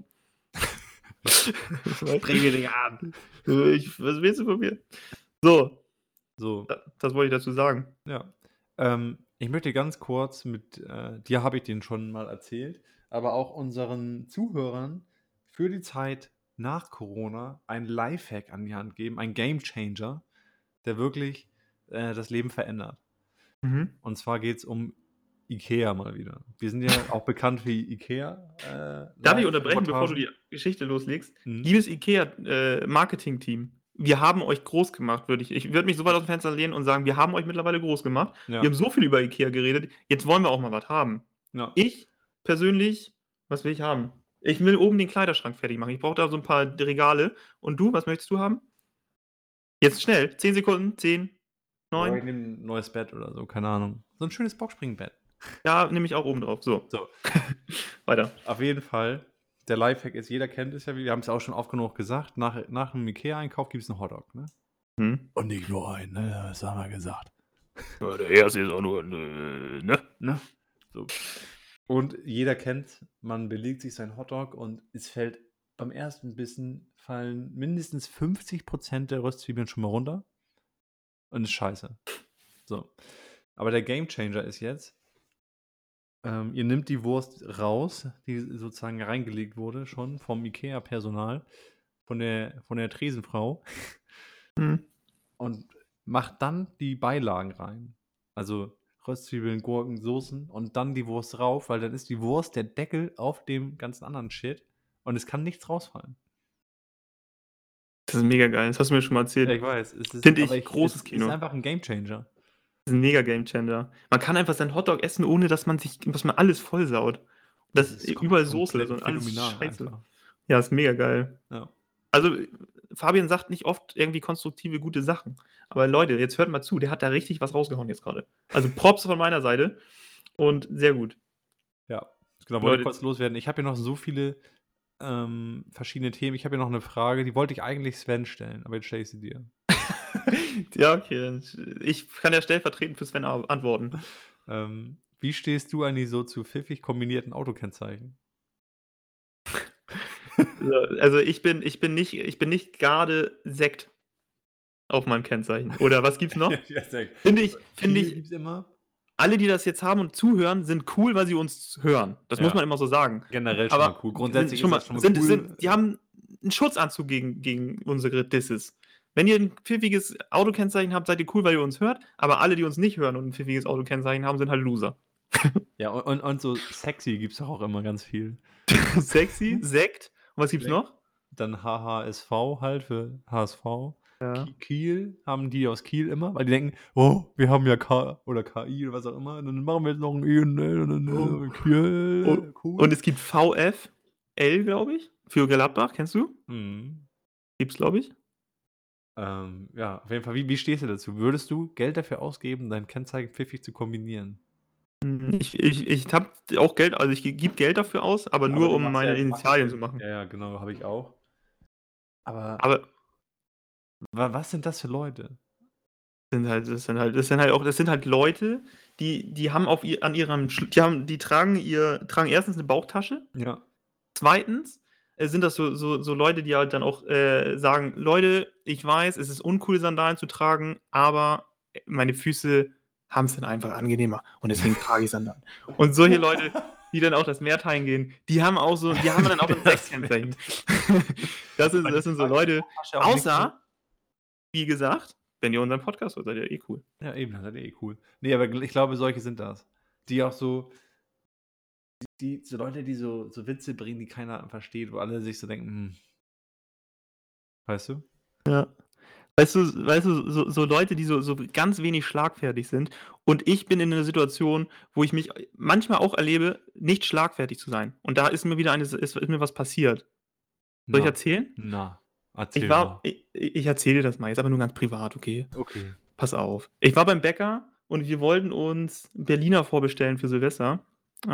Speaker 1: Sprich mich nicht an.
Speaker 2: Was willst du von mir? So,
Speaker 1: So,
Speaker 2: das wollte ich dazu sagen.
Speaker 1: ja. Ich möchte ganz kurz dir habe ich den schon mal erzählt, aber auch unseren Zuhörern für die Zeit nach Corona ein Lifehack an die Hand geben, ein Gamechanger, der wirklich, das Leben verändert.
Speaker 2: Mhm.
Speaker 1: Und zwar geht's um IKEA mal wieder. Wir sind ja auch bekannt für IKEA,
Speaker 2: Darf ich unterbrechen, bevor du
Speaker 1: Live-Reportagen.
Speaker 2: die Geschichte loslegst?
Speaker 1: Mhm.
Speaker 2: Liebes IKEA, Marketingteam, wir haben euch groß gemacht, ich würde mich so weit aus dem Fenster lehnen und sagen, wir haben euch mittlerweile groß gemacht. Wir
Speaker 1: Ja,
Speaker 2: haben so viel über IKEA geredet, jetzt wollen wir auch mal was haben.
Speaker 1: ja.
Speaker 2: Ich persönlich, was will ich haben? Ich will oben den Kleiderschrank fertig machen. Ich brauche da so 'n paar Regale. Und du, was möchtest du haben? Jetzt schnell, 10 Sekunden, 10,
Speaker 1: Ja,
Speaker 2: 9.
Speaker 1: ich nehme 'n neues Bett oder so, keine Ahnung. So 'n schönes Boxspringbett.
Speaker 2: Ja, nehme ich auch oben drauf. So,
Speaker 1: So,
Speaker 2: weiter.
Speaker 1: auf jeden Fall, der Lifehack ist, jeder kennt es ja, wir haben's ja auch schon oft genug gesagt, nach 'nem IKEA-Einkauf gibt's 'n Hotdog, ne?
Speaker 2: Mhm.
Speaker 1: Und nicht nur einen, ne? Das haben wir gesagt,
Speaker 2: Ja, der erste ist auch nur, ne?
Speaker 1: ne? So. Und jeder kennt's, man belegt sich seinen Hotdog und es fällt beim ersten Bissen fallen mindestens 50% der Röstzwiebeln schon mal runter und ist scheiße. So. Aber der Gamechanger ist jetzt, ihr nehmt die Wurst raus, die sozusagen reingelegt wurde schon vom IKEA-Personal, von der Tresenfrau
Speaker 2: Mhm.
Speaker 1: und macht dann die Beilagen rein. Also Röstzwiebeln, Gurken, Soßen und dann die Wurst rauf, weil dann ist die Wurst der Deckel auf dem ganzen anderen Shit und es kann nichts rausfallen.
Speaker 2: Das ist mega geil. Das hast du mir schon mal
Speaker 1: Ja,
Speaker 2: erzählt.
Speaker 1: ich weiß, es ist
Speaker 2: Finde
Speaker 1: aber
Speaker 2: ich
Speaker 1: ich
Speaker 2: großes
Speaker 1: es ist
Speaker 2: Kino.
Speaker 1: einfach 'n Gamechanger.
Speaker 2: Das ist 'n mega Gamechanger. Man kann einfach seinen Hotdog essen, ohne dass man alles vollsaut.
Speaker 1: Das
Speaker 2: Das
Speaker 1: ist
Speaker 2: überall Soße
Speaker 1: komplett
Speaker 2: und alles
Speaker 1: phänomenal
Speaker 2: Scheiße.
Speaker 1: einfach.
Speaker 2: Ja, ist mega geil.
Speaker 1: Ja.
Speaker 2: Also, Fabian sagt nicht oft irgendwie konstruktive, gute Sachen. Aber Leute, jetzt hört mal zu, der hat da richtig was rausgehauen jetzt grade. Also, Props von meiner Seite und sehr gut.
Speaker 1: Ja, genau, wollte ich
Speaker 2: Leute,
Speaker 1: kurz loswerden. Ich habe hier noch so viele, verschiedene Themen. Ich habe hier noch 'ne Frage, die wollte ich eigentlich Sven stellen, aber jetzt stelle ich sie dir.
Speaker 2: ja, okay, dann ich kann ja stellvertretend für Sven antworten.
Speaker 1: Wie stehst du eigentlich so zu pfiffig kombinierten Autokennzeichen?
Speaker 2: Also, ich bin nicht grade Sekt auf meinem Kennzeichen. Oder was gibt's noch?
Speaker 1: Ja, sehr gut.
Speaker 2: Finde
Speaker 1: Also,
Speaker 2: ich finde
Speaker 1: Kiel
Speaker 2: ich
Speaker 1: gibt's immer.
Speaker 2: alle, die das jetzt haben und zuhören, sind cool, weil sie uns hören. Das muss
Speaker 1: Ja,
Speaker 2: man immer so sagen.
Speaker 1: generell schon mal
Speaker 2: Aber
Speaker 1: cool.
Speaker 2: sind
Speaker 1: Grundsätzlich
Speaker 2: schon
Speaker 1: ist das
Speaker 2: mal
Speaker 1: schon mal
Speaker 2: sind
Speaker 1: cool.
Speaker 2: die haben 'n Schutzanzug gegen unsere Disses. Wenn ihr 'n pfiffiges Autokennzeichen habt, seid ihr cool, weil ihr uns hört, aber alle, die uns nicht hören und 'n pfiffiges Autokennzeichen haben, sind halt Loser.
Speaker 1: Ja, und so sexy gibt's doch auch immer ganz viel.
Speaker 2: Sexy, Sekt und was gibt's
Speaker 1: Sekt,
Speaker 2: noch?
Speaker 1: dann HHSV halt für HSV.
Speaker 2: Ja.
Speaker 1: Kiel haben die aus Kiel immer, weil die denken: „Oh, wir haben ja K oder KI oder was auch immer, dann machen wir jetzt noch 'n I und L und
Speaker 2: Oh,
Speaker 1: dann
Speaker 2: oh,
Speaker 1: Kiel,
Speaker 2: und
Speaker 1: cool.“
Speaker 2: es gibt VfL, glaube ich, für Gladbach, kennst du?
Speaker 1: Mhm.
Speaker 2: Gibt's, glaube ich.
Speaker 1: Ja, auf jeden Fall. Wie stehst du dazu? Würdest du Geld dafür ausgeben, dein Kennzeichen pfiffig zu kombinieren?
Speaker 2: Ich habe auch Geld, also, ich gebe Geld dafür aus, aber
Speaker 1: Aber
Speaker 2: nur,
Speaker 1: du
Speaker 2: um
Speaker 1: machst
Speaker 2: meine
Speaker 1: ja, du machst es
Speaker 2: Initialien
Speaker 1: ja,
Speaker 2: zu machen.
Speaker 1: ja, ja, genau, habe ich auch. Aber
Speaker 2: Aber
Speaker 1: was sind das für Leute?
Speaker 2: das sind halt Leute, die haben die tragen erstens eine Bauchtasche.
Speaker 1: Ja.
Speaker 2: Zweitens sind das so Leute, die halt dann auch sagen, Leute, ich weiß, es ist uncool, Sandalen zu tragen, aber meine Füße haben es dann einfach angenehmer und deswegen trage ich Sandalen. Und solche Leute, die dann auch das Meer teilen gehen, die haben dann auch ein Sechskennzeichen. Das sind so Leute, außer, wie gesagt, wenn ihr unseren Podcast hört, seid ihr eh cool.
Speaker 1: Ja, eben, das ist eh cool. Nee, aber ich glaube, solche sind das. Die auch so, so Leute, die so Witze bringen, die keiner versteht, wo alle sich so denken, weißt du?
Speaker 2: Ja. Weißt du, so Leute, die so ganz wenig schlagfertig sind und ich bin in einer Situation, wo ich mich manchmal auch erlebe, nicht schlagfertig zu sein. Und da ist mir was passiert. Soll ich erzählen?
Speaker 1: Erzähl mal.
Speaker 2: Ich erzähle dir das mal, jetzt aber nur ganz privat, okay?
Speaker 1: Okay.
Speaker 2: Pass auf. Ich war beim Bäcker und wir wollten uns Berliner vorbestellen für Silvester.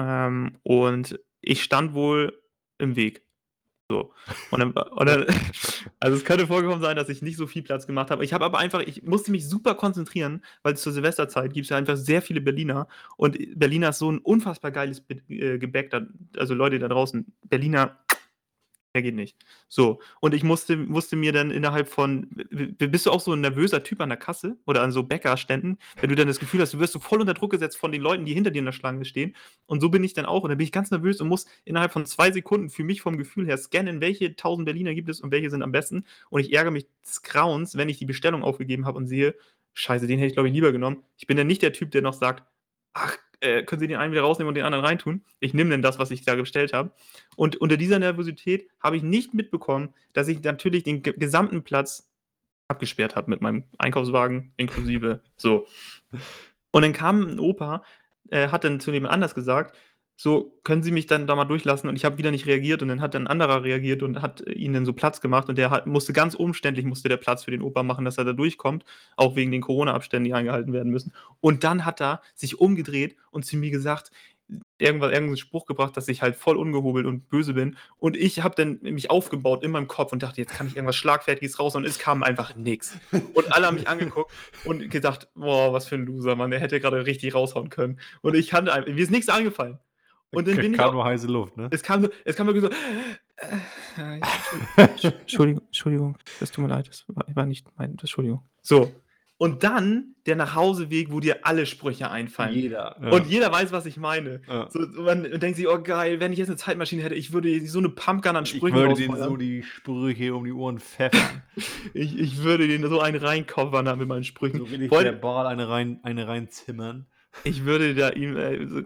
Speaker 2: Und ich stand wohl im Weg. So. Und dann, also es könnte vorgekommen sein, dass ich nicht so viel Platz gemacht habe. Ich musste mich super konzentrieren, weil zur Silvesterzeit gibt es ja einfach sehr viele Berliner. Und Berliner ist so ein unfassbar geiles Gebäck. Also Leute da draußen, Berliner, der geht nicht. So. Und ich musste mir dann innerhalb von. Bist du auch so ein nervöser Typ an der Kasse oder an so Bäckerständen, wenn du dann das Gefühl hast, du wirst so voll unter Druck gesetzt von den Leuten, die hinter dir in der Schlange stehen. Und so bin ich dann auch. Und dann bin ich ganz nervös und muss innerhalb von 2 Sekunden für mich vom Gefühl her scannen, welche 1000 Berliner gibt es und welche sind am besten. Und ich ärgere mich des Grauens, wenn ich die Bestellung aufgegeben habe und sehe, Scheiße, den hätte ich, glaube ich, lieber genommen. Ich bin dann nicht der Typ, der noch sagt, ach, können Sie den einen wieder rausnehmen und den anderen reintun? Ich nehme dann das, was ich da bestellt habe. Und unter dieser Nervosität habe ich nicht mitbekommen, dass ich natürlich den gesamten Platz abgesperrt habe mit meinem Einkaufswagen inklusive. So. Und dann kam ein Opa, hat dann zu jemand anders gesagt, so, können Sie mich dann da mal durchlassen? Und ich habe wieder nicht reagiert und dann hat ein anderer reagiert und hat ihnen dann so Platz gemacht und musste ganz umständlich der Platz für den Opa machen, dass er da durchkommt, auch wegen den Corona-Abständen, die eingehalten werden müssen. Und dann hat er sich umgedreht und zu mir gesagt, irgendeinen Spruch gebracht, dass ich halt voll ungehobelt und böse bin. Und ich habe dann mich aufgebaut in meinem Kopf und dachte, jetzt kann ich irgendwas Schlagfertiges raus und es kam einfach nichts. Und alle haben mich angeguckt und gedacht, boah, was für ein Loser, Mann, der hätte gerade richtig raushauen können. Und mir ist nichts eingefallen. Und dann bin ich
Speaker 1: kam nur heiße Luft, ne?
Speaker 2: Es kam wirklich so. Entschuldigung, das tut mir leid, das war nicht mein, Entschuldigung. So. Und dann der Nachhauseweg, wo dir alle Sprüche einfallen.
Speaker 1: Jeder. Ja.
Speaker 2: Und jeder weiß, was ich meine.
Speaker 1: Ja.
Speaker 2: So, man denkt sich, oh geil, wenn ich jetzt eine Zeitmaschine hätte, ich würde so eine Pumpgun an Sprüchen
Speaker 1: rausfeuern. Ich würde denen so die Sprüche um die Ohren pfeffern.
Speaker 2: ich würde denen so einen reinkoffern mit meinen Sprüchen.
Speaker 1: So will ich der Ball eine reinzimmern.
Speaker 2: Ich würde da ihm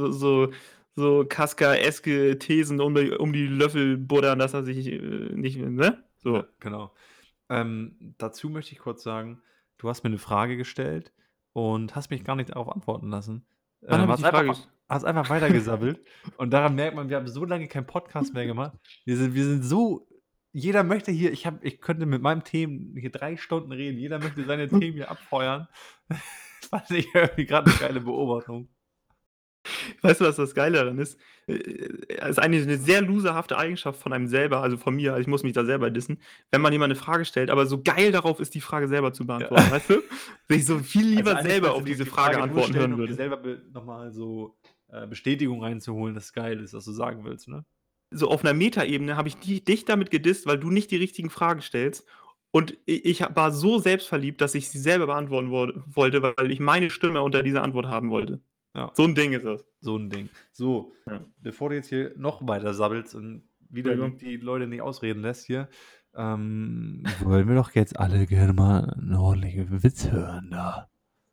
Speaker 2: so Kafkaeske Thesen um die Löffel buddern, dass er sich nicht, ne? So.
Speaker 1: Ja, genau. Dazu möchte ich kurz sagen, du hast mir eine Frage gestellt und hast mich gar nicht darauf antworten lassen. Hast einfach weitergesabbelt. Und daran merkt man, wir haben so lange keinen Podcast mehr gemacht. Wir sind so. Jeder möchte hier, ich könnte mit meinem Themen hier 3 Stunden reden. Jeder möchte seine Themen hier abfeuern. Das fand ich irgendwie gerade eine geile Beobachtung.
Speaker 2: Weißt du, was das Geile daran ist? Es ist eigentlich eine sehr loserhafte Eigenschaft von einem selber, also von mir, ich muss mich da selber dissen, wenn man jemand eine Frage stellt, aber so geil darauf ist, die Frage selber zu beantworten, ja. Weißt du? Wenn ich so viel lieber selber auf diese Frage antworten hören würde.
Speaker 1: Um selber nochmal so Bestätigung reinzuholen, dass es geil ist, was du sagen willst, ne?
Speaker 2: So auf einer Metaebene habe ich dich damit gedisst, weil du nicht die richtigen Fragen stellst. Und ich war so selbstverliebt, dass ich sie selber beantworten wollte, weil ich meine Stimme unter dieser Antwort haben wollte.
Speaker 1: Ja.
Speaker 2: So ein Ding ist das.
Speaker 1: So ein Ding. So, ja. Bevor du jetzt hier noch weiter sabbelst und wieder die Leute nicht ausreden lässt hier, wollen wir doch jetzt alle gerne mal einen ordentlichen Witz hören da.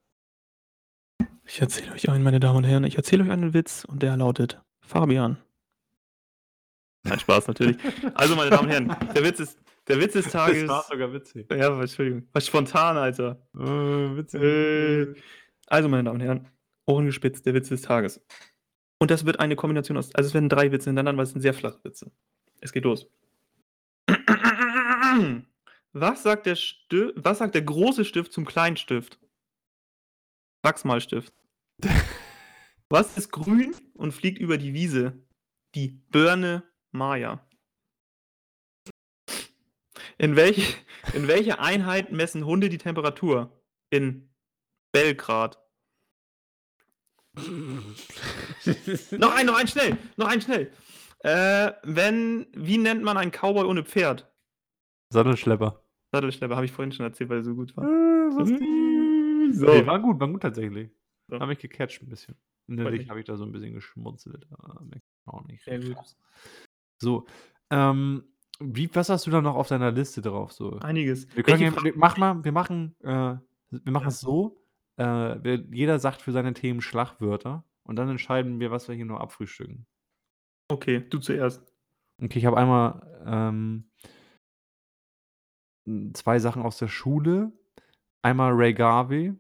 Speaker 2: Ich erzähle euch einen, meine Damen und Herren, einen Witz und der lautet Fabian. Nein, Spaß natürlich. Also, meine Damen und Herren, der Witz des Tages.
Speaker 1: Das war sogar witzig.
Speaker 2: Ja, Entschuldigung. Was spontan, Alter.
Speaker 1: Witzig.
Speaker 2: Also, meine Damen und Herren, Ohren gespitzt, der Witz des Tages. Und das wird eine Kombination aus, also es werden 3 Witze hintereinander, weil es sind sehr flache Witze. Es geht los. Was sagt der große Stift zum kleinen Stift? Wachsmalstift. Was ist grün und fliegt über die Wiese? Die Birne Maya. In welche Einheit messen Hunde die Temperatur? In Belgrad. Noch einen, schnell. Noch einen, schnell. Wie nennt man einen Cowboy ohne Pferd?
Speaker 1: Sattelschlepper.
Speaker 2: Sattelschlepper, habe ich vorhin schon erzählt, weil er so gut war.
Speaker 1: Lustig.
Speaker 2: So.
Speaker 1: Nee, war gut tatsächlich.
Speaker 2: So.
Speaker 1: Habe mich gecatcht ein bisschen.
Speaker 2: Freut
Speaker 1: Innerlich
Speaker 2: mich.
Speaker 1: habe ich da so ein bisschen geschmunzelt. Merkt man auch nicht.
Speaker 2: Sehr gut.
Speaker 1: So, was hast du da noch auf deiner Liste drauf so?
Speaker 2: Einiges.
Speaker 1: Wir können
Speaker 2: Welche
Speaker 1: ja wir machen
Speaker 2: Ja.
Speaker 1: es so, jeder sagt für seine Themen Schlagwörter und dann entscheiden wir, was wir hier noch abfrühstücken.
Speaker 2: Okay, du zuerst.
Speaker 1: Okay, ich habe einmal, 2 Sachen aus der Schule. Einmal Ray Garvey.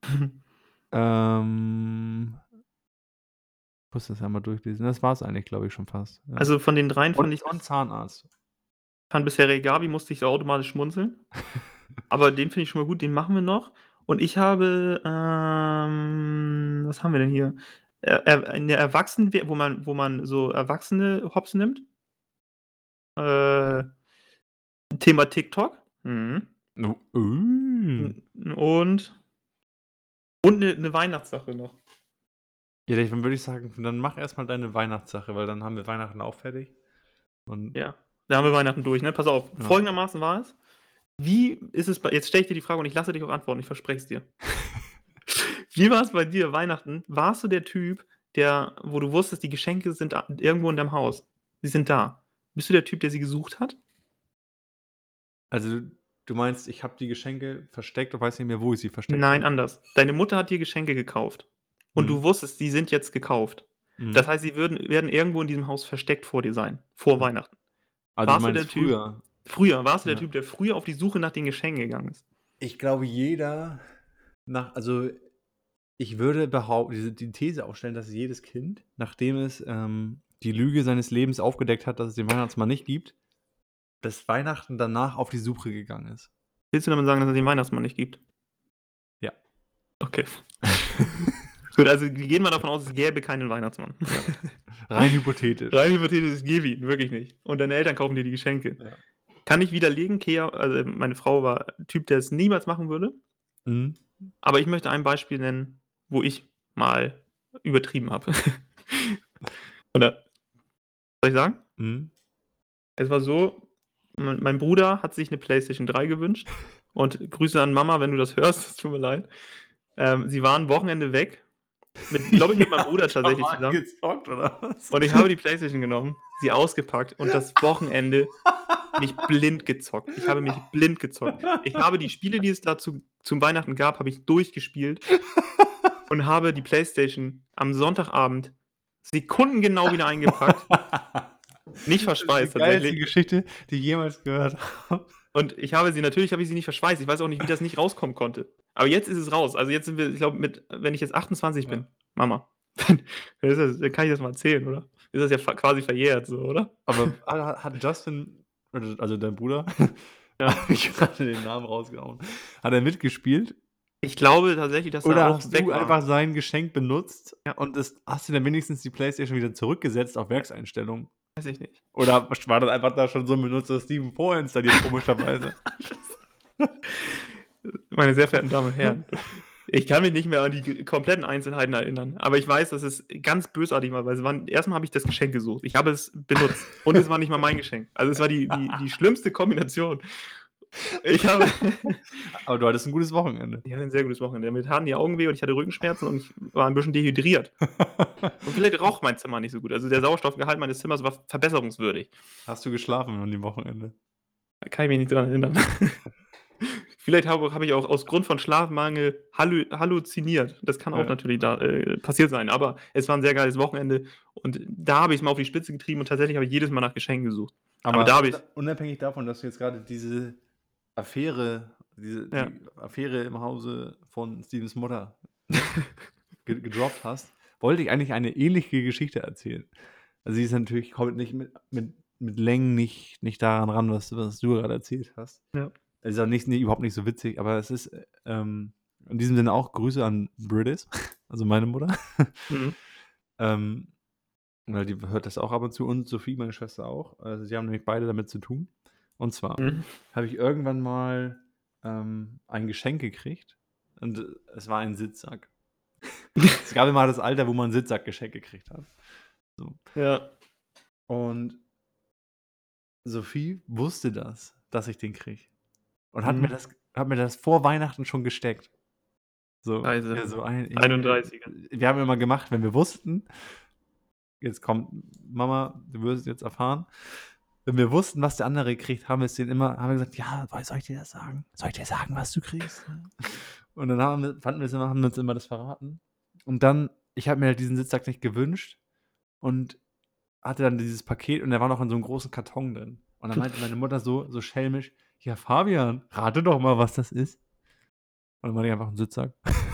Speaker 1: Muss das einmal durchlesen. Das war's eigentlich, glaube ich, schon fast. Ja.
Speaker 2: Also, von den 3
Speaker 1: Und Zahnarzt.
Speaker 2: fand bisher Ray Gabi, musste ich so automatisch schmunzeln. Aber den finde ich schon mal gut, den machen wir noch. Und ich habe, was haben wir denn hier? In der wo man so Erwachsene hops nimmt. Thema TikTok. Mhm.
Speaker 1: Oh,
Speaker 2: Und 'ne Weihnachtssache noch.
Speaker 1: Ja, dann würde ich sagen, dann mach erst mal deine Weihnachtssache, weil dann haben wir Weihnachten auch fertig. Und
Speaker 2: Ja, da haben wir Weihnachten durch, ne? Pass auf,
Speaker 1: Ja.
Speaker 2: folgendermaßen war es. Wie ist es jetzt stelle ich dir die Frage und ich lasse dich auch antworten, ich verspreche es dir. Wie war es bei dir Weihnachten? Warst du der Typ, wo du wusstest, die Geschenke sind irgendwo in deinem Haus? Sie sind da. Bist du der Typ, der sie gesucht hat?
Speaker 1: Also, du meinst, ich habe die Geschenke versteckt und weiß nicht mehr, wo ich sie versteckt
Speaker 2: Nein,
Speaker 1: habe?
Speaker 2: anders. Deine Mutter hat dir Geschenke gekauft und du
Speaker 1: Mhm.
Speaker 2: wusstest, die sind jetzt gekauft. Das
Speaker 1: Mhm.
Speaker 2: heißt, sie werden irgendwo in diesem Haus versteckt vor dir sein, vor Weihnachten.
Speaker 1: Also, du
Speaker 2: Warst du der
Speaker 1: meinst
Speaker 2: Typ
Speaker 1: früher?
Speaker 2: warst du der
Speaker 1: Ja.
Speaker 2: Typ, der früher auf die Suche nach den Geschenken gegangen ist?
Speaker 1: Ich glaube, also, ich würde die These aufstellen, dass jedes Kind, nachdem es, die Lüge seines Lebens aufgedeckt hat, dass es den Weihnachtsmann nicht gibt, das Weihnachten danach auf die Suche gegangen ist.
Speaker 2: Willst du damit sagen, dass es den Weihnachtsmann nicht gibt?
Speaker 1: Ja.
Speaker 2: Okay. Gut, also wir gehen mal davon aus, es gäbe keinen Weihnachtsmann.
Speaker 1: Rein hypothetisch.
Speaker 2: Rein hypothetisch, es gäbe ihn, wirklich nicht. Und deine Eltern kaufen dir die Geschenke.
Speaker 1: Ja.
Speaker 2: Kann ich widerlegen, also meine Frau war ein Typ, der es niemals machen würde.
Speaker 1: Mhm.
Speaker 2: Aber ich möchte ein Beispiel nennen, wo ich mal übertrieben habe. Oder soll ich sagen?
Speaker 1: Mhm.
Speaker 2: Es war so, mein Bruder hat sich eine PlayStation 3 gewünscht. Und Grüße an Mama, wenn du das hörst, es tut mir leid. Sie waren Wochenende weg. Glaube ich, mit meinem Bruder tatsächlich zusammen.
Speaker 1: Gezockt, oder was?
Speaker 2: Und ich habe die PlayStation genommen, sie ausgepackt und das Wochenende mich blind gezockt. Ich habe mich blind gezockt. Ich habe die Spiele, die es dazu zum Weihnachten gab, habe ich durchgespielt und habe die PlayStation am Sonntagabend sekundengenau wieder eingepackt. Nicht verspeist,
Speaker 1: Das ist die geilste
Speaker 2: tatsächlich.
Speaker 1: Geschichte, die ich jemals gehört habe.
Speaker 2: Und natürlich habe ich sie nicht verspeist. Ich weiß auch nicht, wie das nicht rauskommen konnte. Aber jetzt ist es raus. Also jetzt sind wir, ich glaube, wenn ich jetzt 28 bin, Mama, dann kann ich das mal erzählen, oder? Ist das ja quasi verjährt, so, oder?
Speaker 1: Aber hat Justin, also dein Bruder,
Speaker 2: Ja.
Speaker 1: habe ich gerade den Namen rausgehauen, hat er mitgespielt?
Speaker 2: Ich glaube tatsächlich, dass er
Speaker 1: Oder
Speaker 2: auch
Speaker 1: hast
Speaker 2: weg
Speaker 1: du
Speaker 2: war.
Speaker 1: einfach sein Geschenk benutzt
Speaker 2: Ja.
Speaker 1: und hast du dann wenigstens die PlayStation wieder zurückgesetzt auf Werkseinstellungen?
Speaker 2: Weiß ich nicht.
Speaker 1: Oder war das einfach da schon so ein Benutzer Steven vorinstalliert, komischerweise?
Speaker 2: Meine sehr verehrten Damen und Herren, ich kann mich nicht mehr an die kompletten Einzelheiten erinnern, aber ich weiß, dass es ganz bösartig war, weil erstmal habe ich das Geschenk gesucht. Ich habe es benutzt und es war nicht mal mein Geschenk. Also es war die schlimmste Kombination.
Speaker 1: Aber du hattest ein gutes Wochenende.
Speaker 2: Ich hatte ein sehr gutes Wochenende. Mir taten die Augen weh und ich hatte Rückenschmerzen und ich war ein bisschen dehydriert. Und vielleicht raucht mein Zimmer nicht so gut. Also der Sauerstoffgehalt meines Zimmers war verbesserungswürdig.
Speaker 1: Hast du geschlafen an dem Wochenende?
Speaker 2: Da kann ich mich nicht dran erinnern. Vielleicht habe ich auch aus Grund von Schlafmangel halluziniert. Das kann auch natürlich passiert sein. Aber es war ein sehr geiles Wochenende und da habe ich es mal auf die Spitze getrieben und tatsächlich habe ich jedes Mal nach Geschenken gesucht.
Speaker 1: Aber
Speaker 2: da habe ich
Speaker 1: unabhängig davon, dass du jetzt gerade diese Affäre, die Affäre im Hause von Stevens Mutter gedroppt hast, wollte ich eigentlich eine ähnliche Geschichte erzählen. Also sie ist natürlich, kommt nicht mit Längen nicht daran ran, was du gerade erzählt hast.
Speaker 2: Ja.
Speaker 1: Es ist auch überhaupt nicht so witzig, aber es ist in diesem Sinne auch Grüße an Bridis, also meine Mutter.
Speaker 2: Mhm.
Speaker 1: Weil die hört das auch ab und zu und Sophie, meine Schwester auch. Also sie haben nämlich beide damit zu tun. Und zwar habe ich irgendwann mal ein Geschenk gekriegt und es war ein Sitzsack. Es gab immer das Alter, wo man 'n Sitzsack geschenkt gekriegt hat. So.
Speaker 2: Ja.
Speaker 1: Und Sophie wusste das, dass ich den kriege. Und hat mir das vor Weihnachten schon gesteckt. So,
Speaker 2: Scheiße.
Speaker 1: ja, so ein
Speaker 2: 31er.
Speaker 1: wir haben immer gemacht, wenn wir wussten, jetzt kommt Mama, du wirst es jetzt erfahren. Wenn wir wussten, was der andere kriegt, haben wir gesagt: „Ja, soll ich dir das sagen? Soll ich dir sagen, was du kriegst?" Und dann haben wir uns immer das verraten. Und dann ich habe mir halt diesen Sitzsack nicht gewünscht und hatte dann dieses Paket und der war noch in so 'nem großen Karton drin. Und dann meinte meine Mutter so schelmisch: „Ja, Fabian, rate doch mal, was das ist." Und dann war ich einfach 'n Sitzsack.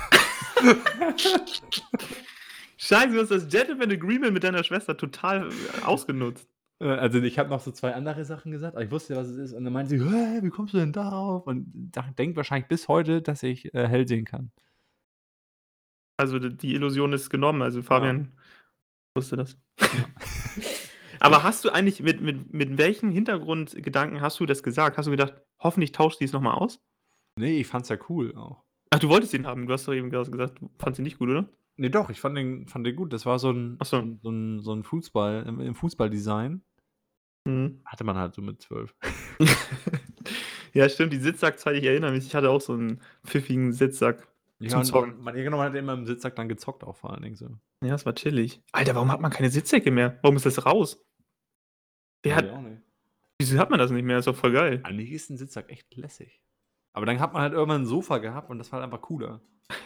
Speaker 2: Scheiße, du hast das Gentleman Agreement mit deiner Schwester total ausgenutzt.
Speaker 1: Also, ich habe noch so 2 andere Sachen gesagt, aber ich wusste ja, was es ist. Und dann meinte sie: „Hä, wie kommst du denn darauf?" Und denkt wahrscheinlich bis heute, dass ich, hell sehen kann.
Speaker 2: Also, die Illusion ist genommen, also
Speaker 1: Ja.
Speaker 2: Fabian wusste das.
Speaker 1: Ja.
Speaker 2: Aber hast du eigentlich mit welchen Hintergrundgedanken hast du das gesagt? Hast du gedacht: „Hoffentlich tauscht sie's noch mal aus?“
Speaker 1: Ne, ich fand's ja cool auch.
Speaker 2: Ach, du wolltest ihn haben. Du hast doch eben gesagt, du fandst ihn nicht gut, oder?
Speaker 1: Ne, doch, ich fand den gut. Das war so 'n
Speaker 2: Ach
Speaker 1: so
Speaker 2: so.
Speaker 1: 'n so 'n so 'n Fußball im Fußballdesign.
Speaker 2: Mhm.
Speaker 1: Hatte man halt so mit 12.
Speaker 2: Ja, stimmt, die Sitzsackzeit, ich erinnere mich, ich hatte auch so 'n pfiffigen Sitzsack
Speaker 1: Ja,
Speaker 2: zum
Speaker 1: und
Speaker 2: Zocken.
Speaker 1: man hat immer im Sitzsack dann gezockt auch vor allen Dingen so.
Speaker 2: Ja, das war chillig. Alter, warum hat man keine Sitzsäcke mehr? Warum ist das raus? Wer
Speaker 1: Weiß ich
Speaker 2: hat
Speaker 1: auch nicht.
Speaker 2: Wieso hat man das nicht mehr? Ist doch voll geil.
Speaker 1: Eigentlich ist 'n Sitzsack echt lässig. Aber dann hat man halt irgendwann 'n Sofa gehabt und das war halt einfach cooler.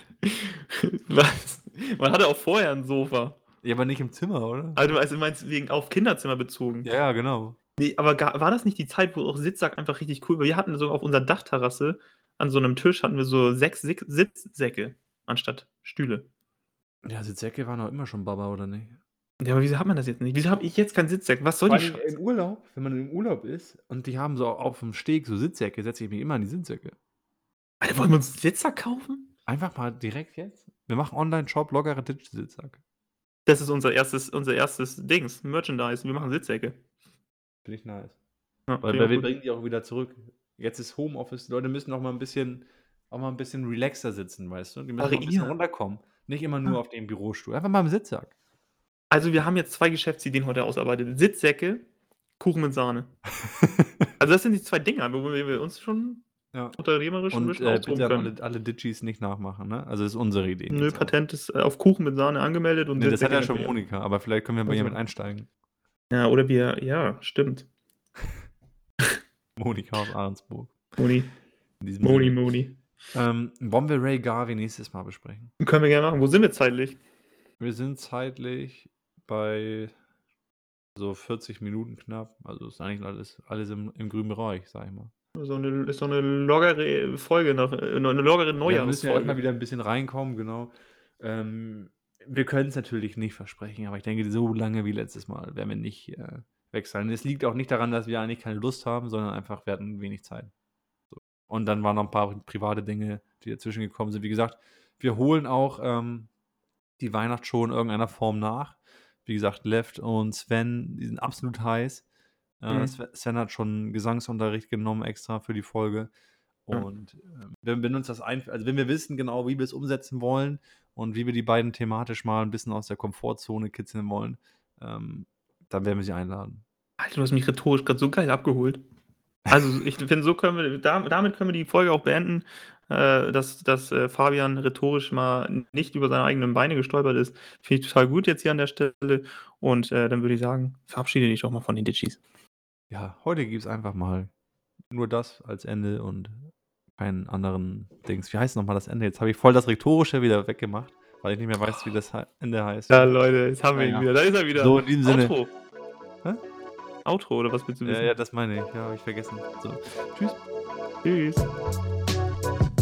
Speaker 2: Was? Man hatte auch vorher 'n Sofa.
Speaker 1: Ja, aber nicht im Zimmer, oder?
Speaker 2: Also, du meinst wegen auf Kinderzimmer bezogen?
Speaker 1: Ja, ja, genau.
Speaker 2: Ne, aber war das nicht die Zeit, wo auch Sitzsack einfach richtig cool war? Wir hatten so auf unserer Dachterrasse an so 'nem Tisch hatten wir so 6 Sitzsäcke anstatt Stühle.
Speaker 1: Ja, Sitzsäcke waren doch immer schon Baba, oder nicht?
Speaker 2: Ja, aber wieso hat man das jetzt nicht? Wieso habe ich jetzt keinen Sitzsack? Was soll
Speaker 1: Vor
Speaker 2: die
Speaker 1: allen Dingen
Speaker 2: Scheiße?
Speaker 1: im Urlaub, wenn man im Urlaub ist und die haben so auf'm Steg so Sitzsäcke, setze ich mich immer in die Sitzsäcke.
Speaker 2: Alter, wollen wir uns 'n Sitzsack kaufen?
Speaker 1: Einfach mal direkt jetzt. Wir machen Online-Shop, lockerer Sitzsack.
Speaker 2: Das ist unser erstes Dings, Merchandise. Wir machen Sitzsäcke.
Speaker 1: Finde ich nice.
Speaker 2: Ja,
Speaker 1: Weil
Speaker 2: finde ich
Speaker 1: wir
Speaker 2: auch gut.
Speaker 1: bringen die auch wieder zurück. Jetzt ist Homeoffice, die Leute müssen auch mal 'n bisschen relaxer sitzen, weißt du? Die müssen mal 'n bisschen
Speaker 2: Variieren.
Speaker 1: runterkommen. Nicht immer nur
Speaker 2: Ja.
Speaker 1: auf dem Bürostuhl. Einfach mal im Sitzsack.
Speaker 2: Also, wir haben jetzt 2 Geschäftsideen heute ausarbeitet. Sitzsäcke, Kuchen mit Sahne. Also, das sind die 2 Dinger, wo wir uns schon
Speaker 1: Ja.
Speaker 2: unternehmerisch 'n
Speaker 1: Und,
Speaker 2: bisschen austoben
Speaker 1: bitte an
Speaker 2: können.
Speaker 1: alle Ditchis nicht nachmachen, ne? Also, ist unsere Idee
Speaker 2: Nö,
Speaker 1: jetzt auch.
Speaker 2: Patent ist, auf Kuchen mit Sahne angemeldet und
Speaker 1: Ne, das hat
Speaker 2: Sitzsäcke
Speaker 1: ja schon
Speaker 2: natürlich auch.
Speaker 1: Monika, aber vielleicht können wir bei
Speaker 2: Ach
Speaker 1: ihr
Speaker 2: so.
Speaker 1: mit einsteigen.
Speaker 2: Ja, oder ja, stimmt.
Speaker 1: Monika aus Ahrensburg.
Speaker 2: Moni.
Speaker 1: In diesem
Speaker 2: Moni,
Speaker 1: Sinne.
Speaker 2: Moni.
Speaker 1: Wollen wir Ray Garvey nächstes Mal besprechen?
Speaker 2: Können wir gerne machen. Wo sind wir zeitlich?
Speaker 1: Wir sind zeitlich bei so 40 Minuten knapp. Also, ist eigentlich alles im grünen Bereich, sage ich mal.
Speaker 2: Ist so 'ne lockere Folge noch 'ne lockere
Speaker 1: Ja, wir müssen ja erst mal
Speaker 2: Neujahrsfolge.
Speaker 1: wieder 'n bisschen reinkommen, genau. Wir können's natürlich nicht versprechen, aber ich denke, so lange wie letztes Mal werden wir nicht, weg sein. Es liegt auch nicht daran, dass wir eigentlich keine Lust haben, sondern einfach, wir hatten wenig Zeit. So. Und dann waren noch 'n paar private Dinge, die dazwischen gekommen sind. Wie gesagt, wir holen auch, die Weihnachtsshow in irgendeiner Form nach. Wie gesagt, Left und Sven, die sind absolut heiß.
Speaker 2: Mhm.
Speaker 1: Sven hat schon Gesangsunterricht genommen extra für die Folge.
Speaker 2: Ja.
Speaker 1: Und, wenn uns das also, wenn wir wissen genau, wie wir es umsetzen wollen und wie wir die beiden thematisch mal ein bisschen aus der Komfortzone kitzeln wollen, dann werden wir sie einladen.
Speaker 2: Alter, du hast mich rhetorisch grad so geil abgeholt. Also, ich finde, so können wir damit können wir die Folge auch beenden, dass Fabian rhetorisch mal nicht über seine eigenen Beine gestolpert ist. Finde ich total gut jetzt hier an der Stelle und, dann würde ich sagen, verabschiede dich doch mal von den Ditchis.
Speaker 1: Ja, heute gibt's einfach mal nur das als Ende und keinen anderen Dings. Wie heißt noch mal das Ende? Jetzt habe ich voll das Rhetorische wieder weggemacht, weil ich nicht mehr weiß, wie das Ende heißt.
Speaker 2: Ja, Leute, jetzt haben
Speaker 1: Na
Speaker 2: wir ihn
Speaker 1: ja.
Speaker 2: wieder. Da ist er wieder.
Speaker 1: So, in diesem Sinne.
Speaker 2: Outro.
Speaker 1: Hä?
Speaker 2: Outro oder was willst du
Speaker 1: Ja,
Speaker 2: wissen?
Speaker 1: ja, das meine ich. Ja, habe ich vergessen. So. Tschüss.
Speaker 2: Tschüss.